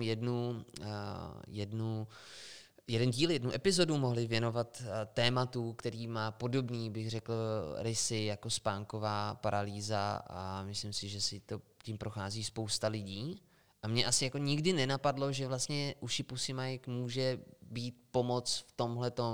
jeden díl, jednu epizodu mohli věnovat tématu, který má podobný, bych řekl, rysy jako spánková paralýza a myslím si, že si to tím prochází spousta lidí. A mě asi jako nikdy nenapadlo, že vlastně Uši Pusy Mike může být pomoc v tomhletom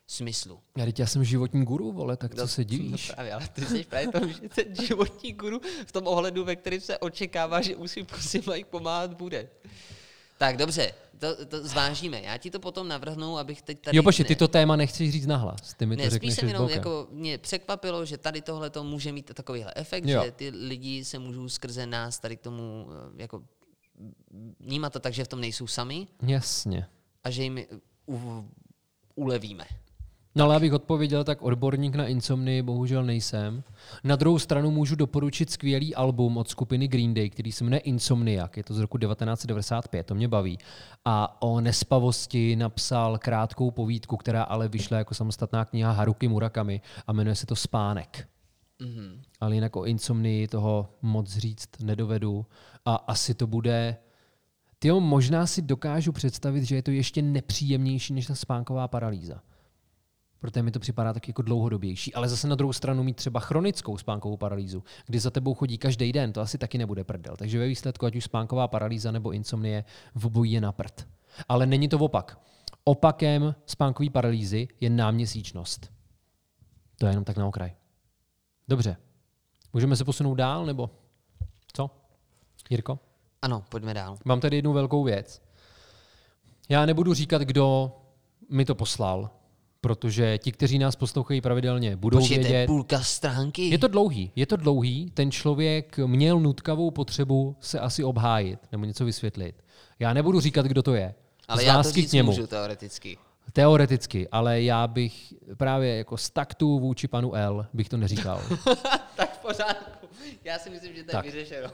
smyslu. Já jsem životní guru, vole, tak co se divíš? No právě, ale ty jsi právě to, že ten životní guru v tom ohledu, ve kterém se očekává, že už si prostě Mike pomáhat bude. Tak dobře, to zvážíme. Já ti to potom navrhnu, abych teď tady... Jo, počkej, ty to téma nechceš říct nahlas. Ty mi to řekneš spíš jsem jenom, jako mě překvapilo, že tady tohle to může mít takovýhle efekt, že ty lidi se můžou skrze nás tady k tomu jako vnímat to tak, že v tom nejsou sami. Jasně. A že jim ulevíme. No ale abych odpověděl, tak odborník na insomnii bohužel nejsem. Na druhou stranu můžu doporučit skvělý album od skupiny Green Day, který se jmenuje Insomniac, je to z roku 1995, to mě baví. A o nespavosti napsal krátkou povídku, která ale vyšla jako samostatná kniha Haruki Murakami a jmenuje se to Spánek. Mm-hmm. Ale jinak o insomnii toho moc říct nedovedu a asi to bude... Tyjo, možná si dokážu představit, že je to ještě nepříjemnější než ta spánková paralýza. Protože mi to připadá tak jako dlouhodobější. Ale zase na druhou stranu mít třeba chronickou spánkovou paralýzu, kdy za tebou chodí každý den, to asi taky nebude prdel. Takže ve výsledku, ať už spánková paralýza nebo insomnie, v obojí je na prd. Ale není to opak. Opakem spánkové paralýzy je náměsíčnost. To je jenom tak na okraj. Dobře. Můžeme se posunout dál, nebo co? Jirko? Ano, pojďme dál. Mám tady jednu velkou věc. Já nebudu říkat, kdo mi to poslal, protože ti, kteří nás poslouchají pravidelně, budou vědět. Půlka stránky. Je to dlouhý. Ten člověk měl nutkavou potřebu se asi obhájit nebo něco vysvětlit. Já nebudu říkat, kdo to je. Ale já to říct můžu teoreticky. Teoreticky, ale já bych právě jako z taktu vůči panu L bych to neříkal. Tak v pořádku. Já si myslím, že to je vyřešeno.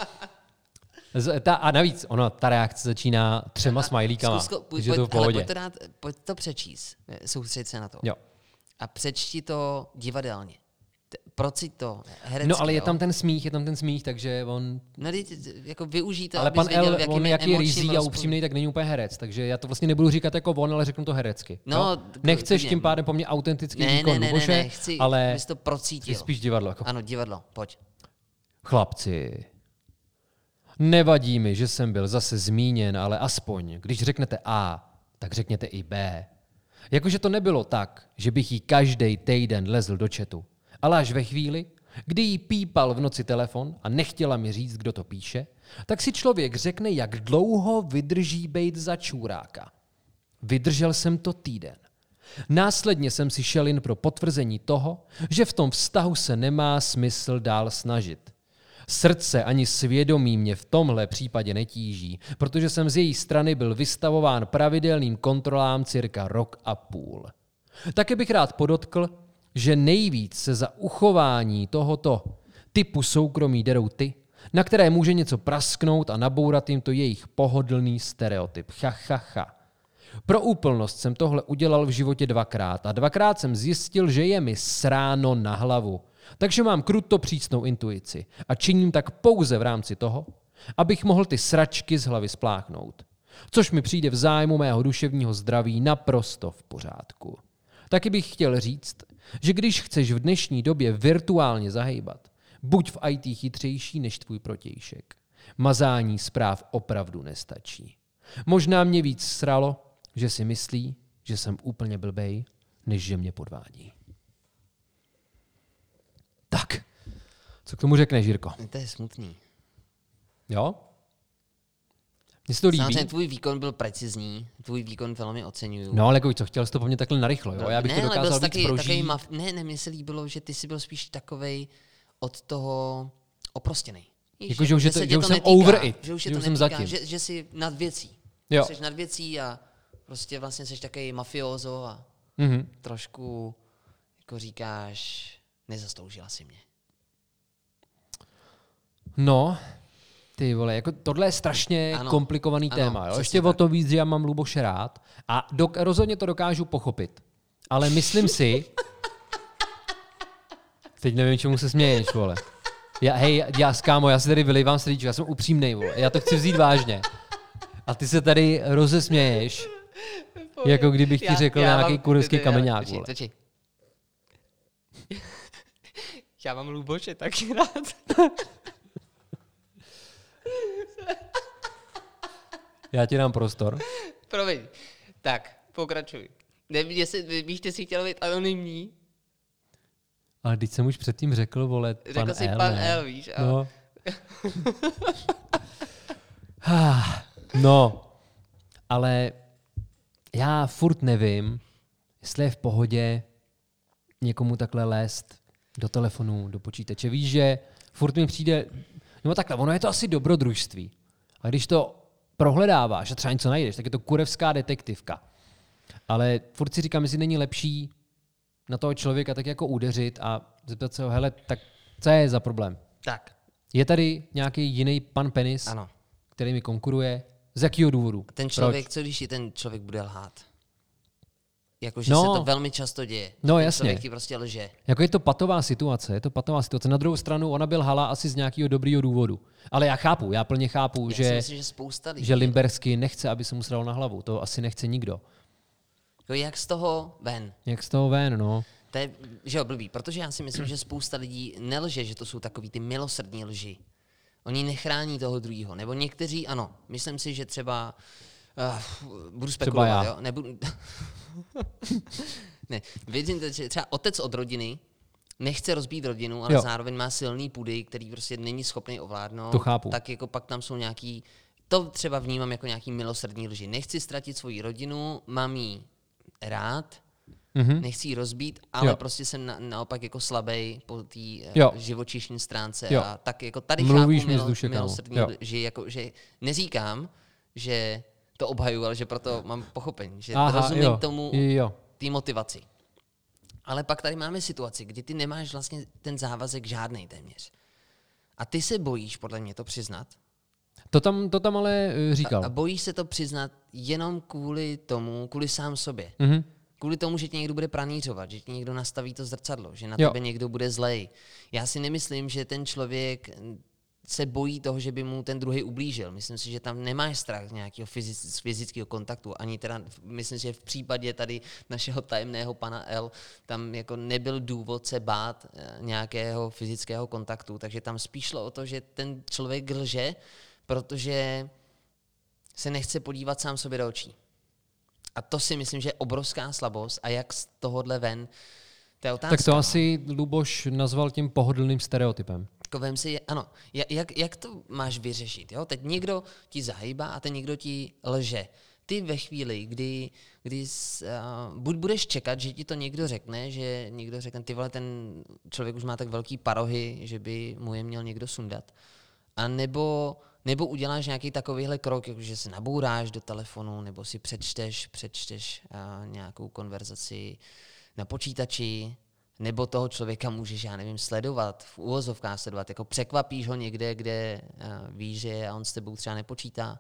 A navíc, ta reakce začíná 3 smajlíkama. Pojď to přečíst. Soustřeď se na to. Jo. A přečti to divadelně. Procit to herecky. No ale je tam ten smích, takže on... No jako využij to, ale pan věděl, L, on jak je rizí a upřímnej, tak není úplně herec, takže já to vlastně nebudu říkat jako on, ale řeknu to herecky. No, nechceš tím pádem po mně autentický výkon Luboše, ne, chci, ale bys to procítil. Spíš divadlo. Jako... Ano, divadlo, pojď. Chlapci, nevadí mi, že jsem byl zase zmíněn, ale aspoň, když řeknete A, tak řekněte i B. Jakože to nebylo tak, že bych jí každý týden lezl do chatu, ale až ve chvíli, kdy jí pípal v noci telefon a nechtěla mi říct, kdo to píše, tak si člověk řekne, jak dlouho vydrží bejt za čůráka. Vydržel jsem to týden. Následně jsem si šel jen pro potvrzení toho, že v tom vztahu se nemá smysl dál snažit. Srdce ani svědomí mě v tomhle případě netíží, protože jsem z její strany byl vystavován pravidelným kontrolám cirka 1,5 roku. Také bych rád podotkl, že nejvíc se za uchování tohoto typu soukromí derou ty, na které může něco prasknout a nabourat jim to jejich pohodlný stereotyp. Pro úplnost jsem tohle udělal v životě 2krát a 2krát jsem zjistil, že je mi sráno na hlavu. Takže mám kruto přísnou intuici a činím tak pouze v rámci toho, abych mohl ty sračky z hlavy spláchnout. Což mi přijde v zájmu mého duševního zdraví naprosto v pořádku. Taky bych chtěl říct, že když chceš v dnešní době virtuálně zahejbat, buď v IT chytřejší než tvůj protějšek. Mazání zpráv opravdu nestačí. Možná mě víc sralo, že si myslí, že jsem úplně blbej, než že mě podvádí. Tak, co k tomu řekneš, Jirko? To je smutný. Jo? Mně se to líbí. Samozřejmě tvůj výkon byl precizní, tvůj výkon velmi oceňuju. No ale co, chtěl jsi to po mně takhle narychlo, jo? Já bych to dokázal víc prožít. Ne, mně se líbilo, že ty jsi byl spíš takovej od toho oprostěnej. Jako, že už jsem over it. Že už jsem zatím. Že jsi nad věcí. Jo. Jsi nad věcí a prostě vlastně jsi takový mafiozo a trošku jako říkáš, nezasloužila si mě. No, ty vole, jako tohle je strašně komplikovaný téma. Jo? Ještě o to víc, že já mám Luboše rád a rozhodně to dokážu pochopit. Ale myslím si... Teď nevím, čemu se směješ, vole. Já si tady vylejvám srdíčko, já jsem upřímnej, vole. Já to chci vzít vážně. A ty se tady rozesměješ, jako kdybych ti řekl nějaký kurevský kameňák, vole. Já mám Luboše taky rád. Já ti dám prostor. Promiň. Tak, pokračuj. Nevím, jestli víš, ty jsi chtěl být anonymní. Ale teď jsem už předtím řekl, vole, řekl jsi pan L, víš. No. No, ale já furt nevím, jestli je v pohodě někomu takhle lézt do telefonu, do počítače. Víš, že furt mi přijde, no takhle, ono je to asi dobrodružství. A když to prohledáváš a třeba něco najdeš, tak je to kurevská detektivka. Ale furt si říkám, jestli není lepší na toho člověka tak jako udeřit a zeptat se ho, hele, tak co je za problém? Tak. Je tady nějaký jiný pan Penis, ano, který mi konkuruje? Z jakého důvodu? Ten člověk, co když ten člověk bude lhát? Jakože se to velmi často děje. No ten jasně. Člověk ti prostě lže. Jako je to patová situace. Na druhou stranu ona byl hala asi z nějakého dobrýho důvodu. Ale já plně chápu, Já si myslím, že Limbersky nechce, aby se mu sral na hlavu. To asi nechce nikdo. Jak z toho ven, no. To je, že jo, blbý, protože já si myslím, že spousta lidí nelže, že to jsou takový ty milosrdní lži. Oni nechrání toho druhého. Nebo někteří, ano. Myslím si, že třeba budu spekulovat, jo? Nebudu... ne, vidím, že třeba otec od rodiny nechce rozbít rodinu, ale zároveň má silný půdy, který prostě není schopný ovládnout. To chápu. Tak jako pak tam jsou nějaký... To třeba vnímám jako nějaký milosrdní lži. Nechci ztratit svoji rodinu, mám jí rád, nechci ji rozbít, ale prostě jsem naopak jako slabej po té živočišní stránce. A tak jako tady mluvíš chápu milosrdní lži, jako, že neříkám, že to obhaju, ale že proto mám pochopení, že rozumím tomu té motivaci. Ale pak tady máme situaci, kdy ty nemáš vlastně ten závazek žádnej téměř. A ty se bojíš podle mě to přiznat. To tam ale říkal. A bojíš se to přiznat jenom kvůli sám sobě. Kvůli tomu, že tě někdo bude pranířovat, že ti někdo nastaví to zrcadlo, že na tebe někdo bude zlej. Já si nemyslím, že ten člověk se bojí toho, že by mu ten druhý ublížil. Myslím si, že tam nemáš strach z nějakého fyzického kontaktu. Ani teda, myslím si, že v případě tady našeho tajemného pana L, tam jako nebyl důvod se bát nějakého fyzického kontaktu. Takže tam spíš šlo o to, že ten člověk lže, protože se nechce podívat sám sobě do očí. A to si myslím, že je obrovská slabost. A jak z tohohle ven, to je otázka. Tak to asi Luboš nazval tím pohodlným stereotypem. Vem si, ano, jak to máš vyřešit? Jo? Teď někdo ti zahýbá a ten někdo ti lže. Ty ve chvíli, kdy buď budeš čekat, že ti to někdo řekne, že někdo řekne, ty vole, ten člověk už má tak velký parohy, že by mu je měl někdo sundat. A nebo uděláš nějaký takovýhle krok, jako že se nabouráš do telefonu, nebo si přečteš nějakou konverzaci na počítači, nebo toho člověka můžeš, já nevím, sledovat, v uvozovkách sledovat, jako překvapíš ho někde, kde víš, že je a on s tebou třeba nepočítá.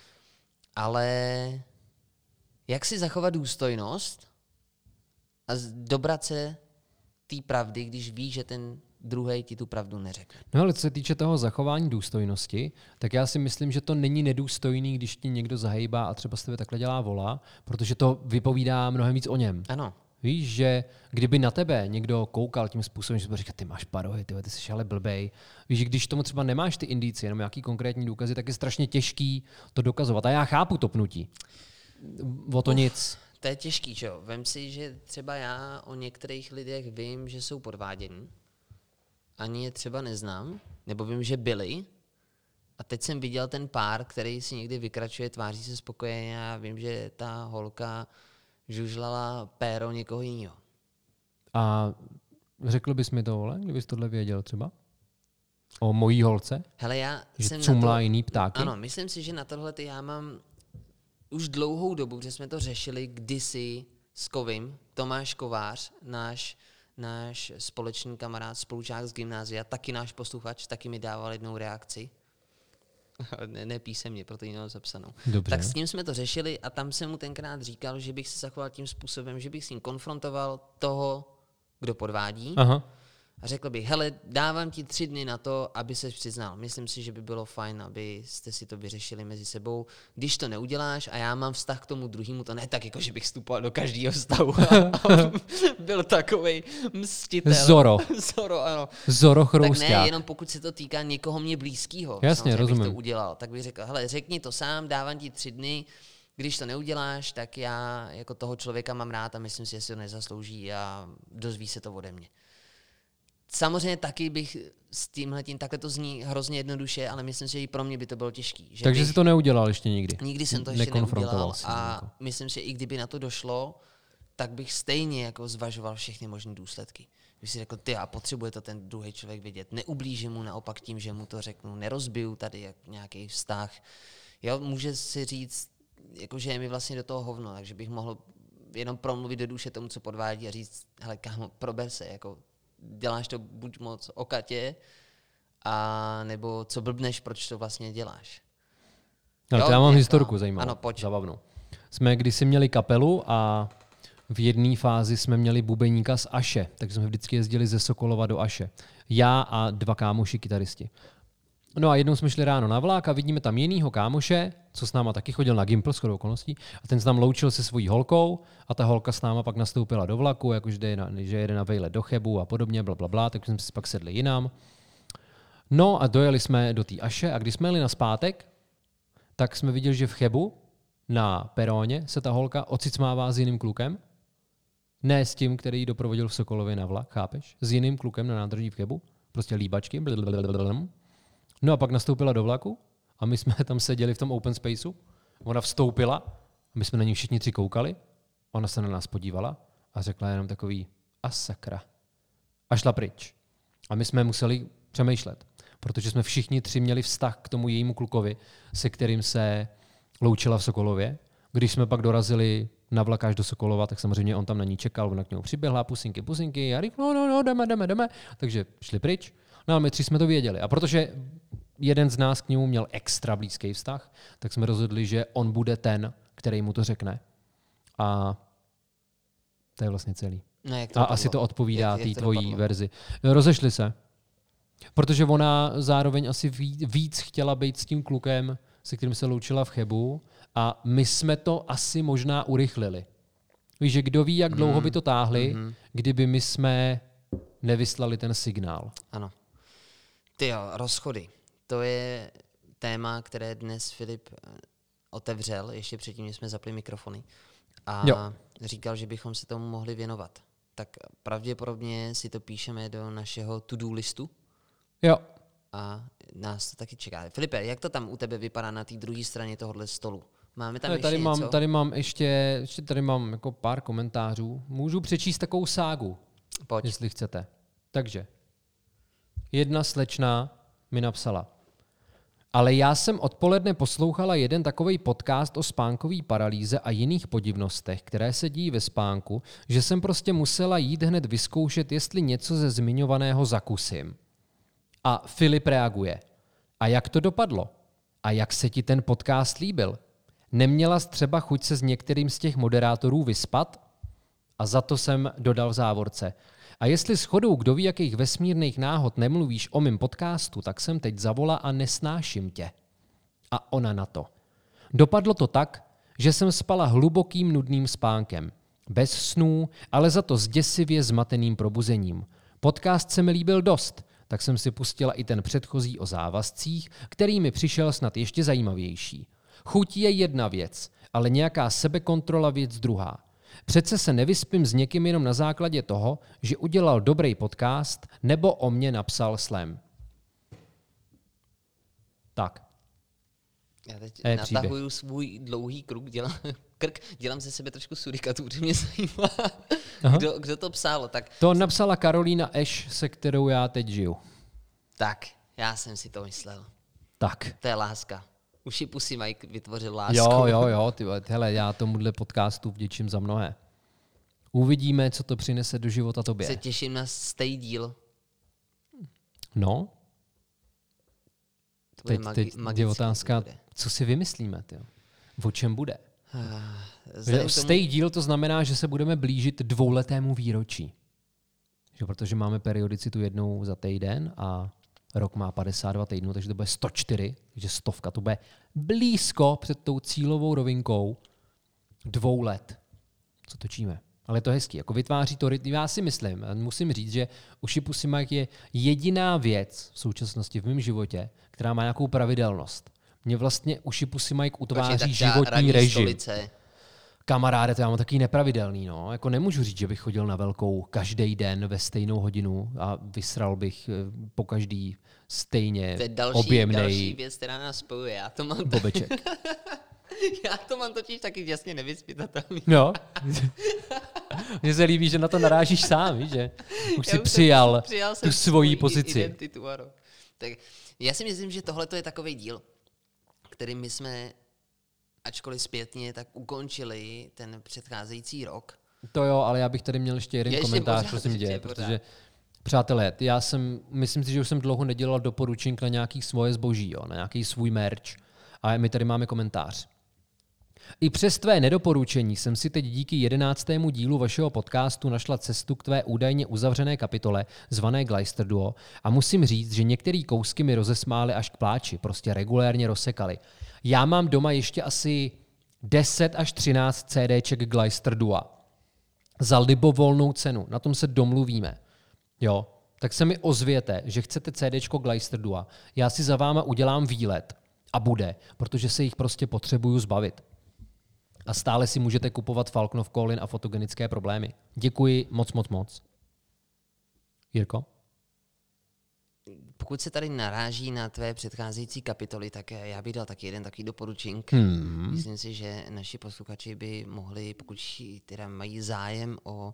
Ale jak si zachovat důstojnost a dobrat se té pravdy, když víš, že ten druhej ti tu pravdu neřekne. No ale co se týče toho zachování důstojnosti, tak já si myslím, že to není nedůstojný, když ti někdo zahejbá a třeba s tebe takhle dělá vola, protože to vypovídá mnohem víc o něm. Ano. Víš, že kdyby na tebe někdo koukal tím způsobem, že by říkal, ty máš parohy, ty jsi ale blbej. Víš, že když tomu třeba nemáš ty indicie, jenom nějaký konkrétní důkazy, tak je strašně těžký to dokazovat. A já chápu to pnutí. O to nic. To je těžký, čo? Vem si, že třeba já o některých lidech vím, že jsou podvádění. Ani je třeba neznám, nebo vím, že byli. A teď jsem viděl ten pár, který si někdy vykračuje, tváří se spokojeně a vím, že ta holka žužlala péro někoho jiného. A řekl bys mi to, vole, kdybys tohle věděl třeba? O mojí holce? Hele, já že jsem cumlá jiný ptáky? Ano, myslím si, že na tohle já mám už dlouhou dobu, protože jsme to řešili kdysi s Kovým. Tomáš Kovář, náš společný kamarád, spolužák z gymnázia, taky náš posluchač, taky mi dával jednou reakci. ne písemně, proto ji nemám zapsanou. Dobře. Tak s ním jsme to řešili a tam jsem mu tenkrát říkal, že bych se zachoval tím způsobem, že bych s ním konfrontoval toho, kdo podvádí. Aha. A řekl bych, hele, dávám ti 3 dny na to, aby ses přiznal. Myslím si, že by bylo fajn, abyste si to vyřešili mezi sebou. Když to neuděláš a já mám vztah k tomu druhému, to ne tak, jako že bych vstupoval do každého vztahu. Byl takovej mstitel. Zoro, ano. Zoro chrousťák. Tak ne, jenom pokud se to týká někoho mě blízkého. Jasně, rozumím. Bych to udělal. Tak bych řekl, hele, řekni to sám, dávám ti 3 dny, Když to neuděláš, tak já jako toho člověka mám rád a myslím si, že si to nezaslouží a dozví se to ode mě. Samozřejmě taky bych s tímhletím, takhle to zní hrozně jednoduše, ale myslím si, že i pro mě by to bylo těžký. Takže jsi to neudělal ještě nikdy? Nikdy jsem to ještě neudělal a myslím si, že i kdyby na to došlo, tak bych stejně jako zvažoval všechny možné důsledky. Bych si řekl, a potřebuje to ten druhý člověk vědět. Neublížím mu naopak tím, že mu to řeknu. Nerozbiju tady jak nějaký vztah. Jo, může si říct, jako, že je mi vlastně do toho hovno, takže bych mohl jenom promluvit do duše tomu, co podvádí a říct, hele kámo, prober se, jako děláš to buď moc okatě, a nebo co blbneš, proč to vlastně děláš. No, já mám historku zajímavou, zabavnou. Jsme kdysi měli kapelu a v jedné fázi jsme měli bubeníka z Aše, takže jsme vždycky jezdili ze Sokolova do Aše. Já a 2 kámoši kytaristi. No a jednou jsme šli ráno na vlak a vidíme tam jinýho kámoše, co s náma taky chodil na Gimpl shodou okolností, a ten se tam loučil se svojí holkou a ta holka s náma pak nastoupila do vlaku, jakože že jede na vejlet do Chebu a podobně, blablabla, tak jsme si pak sedli jinam. No a dojeli jsme do té Aše a když jsme jeli nazpátek, tak jsme viděli, že v Chebu na peróně se ta holka ocicmává s jiným klukem. Ne s tím, který ji doprovodil v Sokolově na vlak, chápeš? S jiným klukem na nádraží v Chebu. Prostě líbačky. No a pak nastoupila do vlaku a my jsme tam seděli v tom open spaceu. Ona vstoupila a my jsme na ní všichni 3 koukali. Ona se na nás podívala a řekla jenom takový a sakra. A šla pryč. A my jsme museli přemýšlet, protože jsme všichni 3 měli vztah k tomu jejímu klukovi, se kterým se loučila v Sokolově. Když jsme pak dorazili na vlak až do Sokolova, tak samozřejmě on tam na ní čekal, ona k němu přiběhla, pusinky, a říkal, no, jdeme. Takže šli pryč. No a my 3 jsme to věděli. A protože jeden z nás k němu měl extra blízký vztah, tak jsme rozhodli, že on bude ten, který mu to řekne. A to je vlastně celý. No, a asi to odpovídá té tvojí verzi. Rozešli se. Protože ona zároveň asi víc chtěla být s tím klukem, se kterým se loučila v Chebu, a my jsme to asi možná urychlili. Víš, že kdo ví, jak dlouho by to táhli, kdyby my jsme nevyslali ten signál. Ano. Rozchody. To je téma, které dnes Filip otevřel, ještě předtím, než jsme zapli mikrofony. A říkal, že bychom se tomu mohli věnovat. Tak pravděpodobně si to píšeme do našeho to-do listu. Jo. A nás to taky čeká. Filipe, jak to tam u tebe vypadá na té druhé straně tohohle stolu? Máme tam tady ještě něco? Tady mám ještě tady mám jako pár komentářů. Můžu přečíst takovou ságu, Pojď. Jestli chcete. Takže, jedna slečna mi napsala, ale já jsem odpoledne poslouchala jeden takovej podcast o spánkové paralýze a jiných podivnostech, které se dějí ve spánku, že jsem prostě musela jít hned vyzkoušet, jestli něco ze zmiňovaného zakusím. A Filip reaguje. A jak to dopadlo? A jak se ti ten podcast líbil? Neměla jsi třeba chuť se s některým z těch moderátorů vyspat? A za to jsem dodal v závorce. A jestli shodou kdo ví jakých vesmírných náhod nemluvíš o mém podcastu, tak jsem teď zavolala a nesnáším tě. A ona na to. Dopadlo to tak, že jsem spala hlubokým nudným spánkem. Bez snů, ale za to s děsivě zmateným probuzením. Podcast se mi líbil dost, tak jsem si pustila i ten předchozí o závazcích, který mi přišel snad ještě zajímavější. Chuť je jedna věc, ale nějaká sebekontrola věc druhá. Přece se nevyspím s někým jenom na základě toho, že udělal dobrý podcast nebo o mě napsal slam. Tak. Já teď natahuju svůj dlouhý krk, dělám ze sebe trošku surikatůři, mě zajímá, kdo to psal. Tak... To napsala Karolína Eš, se kterou já teď žiju. Tak, já jsem si to myslel. Tak. To je láska. Uši pusy Mike vytvořil lásku. Jo, hele, já tomuhle podcastu vděčím za mnohé. Uvidíme, co to přinese do života tobě. Se těším na stej díl. No. Teď je otázka, co si vymyslíme, tyjo. O čem bude? Stej díl to znamená, že se budeme blížit 2letému výročí. Protože máme periodicitu jednou za týden a rok má 52 týdnů, takže to bude 104, takže 100, to bude blízko před tou cílovou rovinkou 2 let, co točíme. Ale je to hezký, jako vytváří to rytm. Já si myslím, musím říct, že Uši pusy Mike je jediná věc v současnosti v mém životě, která má nějakou pravidelnost. Mě vlastně Uši Pusy Mike utváří životní režim. Stolice. Kamaráde, to já mám taky nepravidelný, no. Jako nemůžu říct, že bych chodil na velkou každý den ve stejnou hodinu a vysral bych po každý stejně objemnej. To je další věc, která nás spojuje. Já to mám bobeček. Já to mám totiž taky jasně nevyspytatelný. No. Mně se líbí, že na to narážíš sám, víš, že už si přijal tu svoji pozici. Identitu, ano. Tak já si myslím, že tohle je takový díl, který my jsme, ačkoliv zpětně, tak ukončili ten předcházející rok. To jo, ale já bych tady měl ještě jeden komentář, prosím tě, protože přátelé, myslím si, že už jsem dlouho nedělal doporučení na nějaký svoje zboží, jo, na nějaký svůj merch. A my tady máme komentář. I přes tvé nedoporučení jsem si teď díky 11. dílu vašeho podcastu našla cestu k tvé údajně uzavřené kapitole zvané Gleister Duo a musím říct, že některé kousky mi rozesmály až k pláči, prostě regulérně rozsekaly. Já mám doma ještě asi 10 až 13 CDček Gleister Duo za libovolnou cenu, na tom se domluvíme. Jo, tak se mi ozvěte, že chcete CDčko Gleister Duo. Já si za váma udělám výlet a bude, protože se jich prostě potřebuju zbavit. A stále si můžete kupovat Falknov Colin a fotogenické problémy. Děkuji moc. Jirko? Pokud se tady naráží na tvé předcházející kapitoly, tak já bych dal taky jeden takový doporučink. Myslím si, že naši posluchači by mohli, pokud teda mají zájem o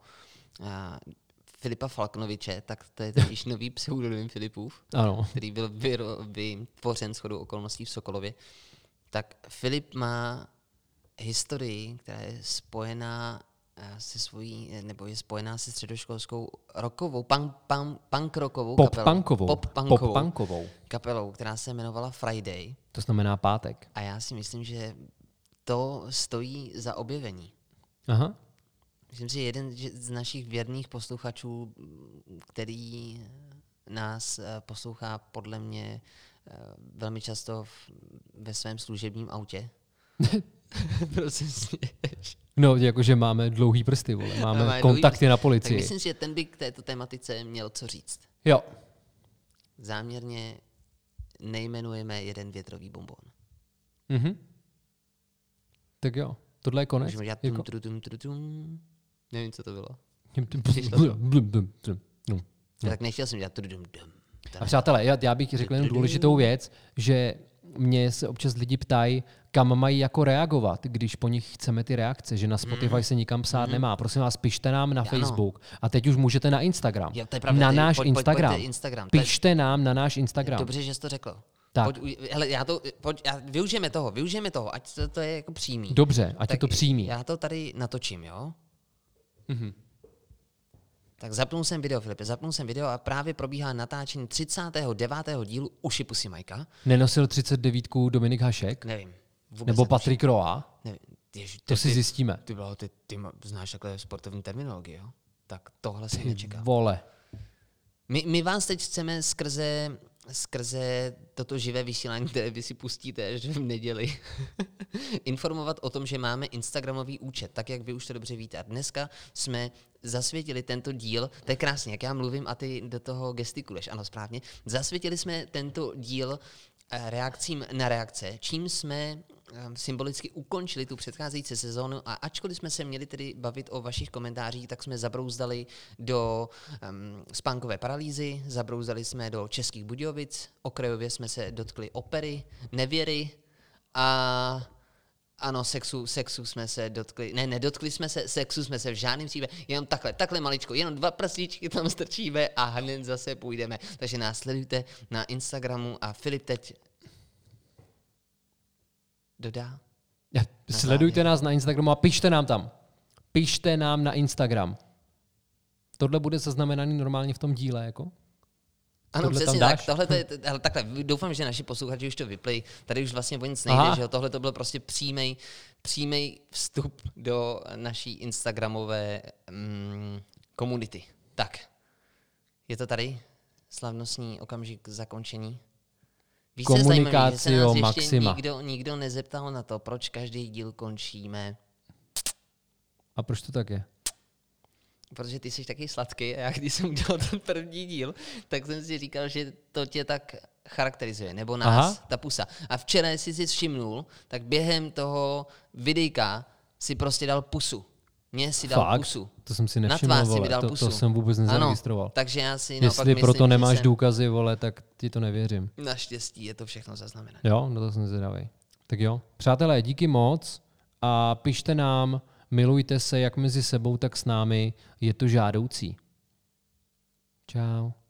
Filipa Falknoviče, tak to je totiž nový pseudonym Filipův, ano. Který byl vytvořen shodou okolností v Sokolově. Tak Filip má historii, která je spojená se svojí, nebo je spojená se středoškolskou rockovou, punk rockovou pop-punkovou kapelou, která se jmenovala Friday. To znamená pátek. A já si myslím, že to stojí za objevení. Aha. Myslím si, že jeden z našich věrných posluchačů, který nás poslouchá podle mě velmi často ve svém služebním autě. No, jakože máme dlouhý prsty, vole. Máme kontakty na policii. Tak myslím si, že ten by k této tematice měl co říct. Jo. Záměrně nejmenujeme jeden větrový bonbon. Tak jo, tohle je konec. Můžeme dělat nevím, co to bylo. Tak nechtěl jsem dělat A přátelé, já bych řekl jen důležitou věc, že mě se občas lidi ptají, kam mají jako reagovat, když po nich chceme ty reakce, že na Spotify se nikam psát nemá. Prosím vás, pište nám na Facebook. A teď už můžete na Instagram. Jo, to je pravda, na náš Instagram. Pište nám na náš Instagram. Dobře, že jsi to řekl. Tak. Využijeme toho, ať to je jako přímý. Dobře, ať je to přímý. Já to tady natočím, jo? Tak zapnul jsem video, Filipe, a právě probíhá natáčení 39. dílu Uši Pusy Majka. Nenosil 39 Dominik Hašek? Nevím. Nebo Patrik Roa? Nevím. To si zjistíme. Ty znáš takhle sportovní terminologii, jo? Tak tohle jsem nečekal. Vole. My vás teď chceme skrze toto živé vysílání, které vy si pustíte až v neděli, informovat o tom, že máme Instagramový účet, tak jak vy už to dobře víte. A dneska jsme zasvětili tento díl, to je krásně, jak já mluvím a ty do toho gestikuluješ, ano správně, zasvětili jsme tento díl reakcím na reakce, čím jsme symbolicky ukončili tu předcházející sezónu a ačkoliv jsme se měli tedy bavit o vašich komentářích, tak jsme zabrouzdali do spánkové paralýzy, zabrouzdali jsme do Českých Budějovic, okrajově jsme se dotkli opery, nevěry a ano, sexu jsme se dotkli, nedotkli jsme se, sexu jsme se v žádném případě, jenom takhle maličko, jenom 2 prstíčky tam strčíme a hned zase půjdeme. Takže nás sledujte na Instagramu a Filip teď dodá. Sledujte nás na Instagramu a pište nám tam. Pište nám na Instagram. Tohle bude zaznamenaný normálně v tom díle, jako? Ano, přesně tak. Tohle to je, takhle, doufám, že naši posluchači už to vyplay. Tady už vlastně o nic nejde, že jo? Tohle to byl prostě přímý vstup do naší instagramové komunity. Tak, je to tady? Slavnostní okamžik zakončení. Víš, Komunikácio maxima. Nikdo nezeptal na to, proč každý díl končíme. A proč to tak je? Protože ty jsi taky sladký a já když jsem udělal ten první díl, tak jsem si říkal, že to tě tak charakterizuje, nebo nás, ta pusa. A včera, jestli jsi všimnul, tak během toho videjka si prostě dal pusu. Mně si dal pusu. To jsem si nevšiml, na tvář si mi dal pusu. To jsem vůbec nezaregistroval. Ano, takže já si jestli proto nemáš důkazy, vole, tak ti to nevěřím. Naštěstí je to všechno zaznamenané. Jo, no to jsem zvědavej. Tak jo. Přátelé, díky moc a pište nám, milujte se jak mezi sebou, tak s námi. Je to žádoucí. Čau.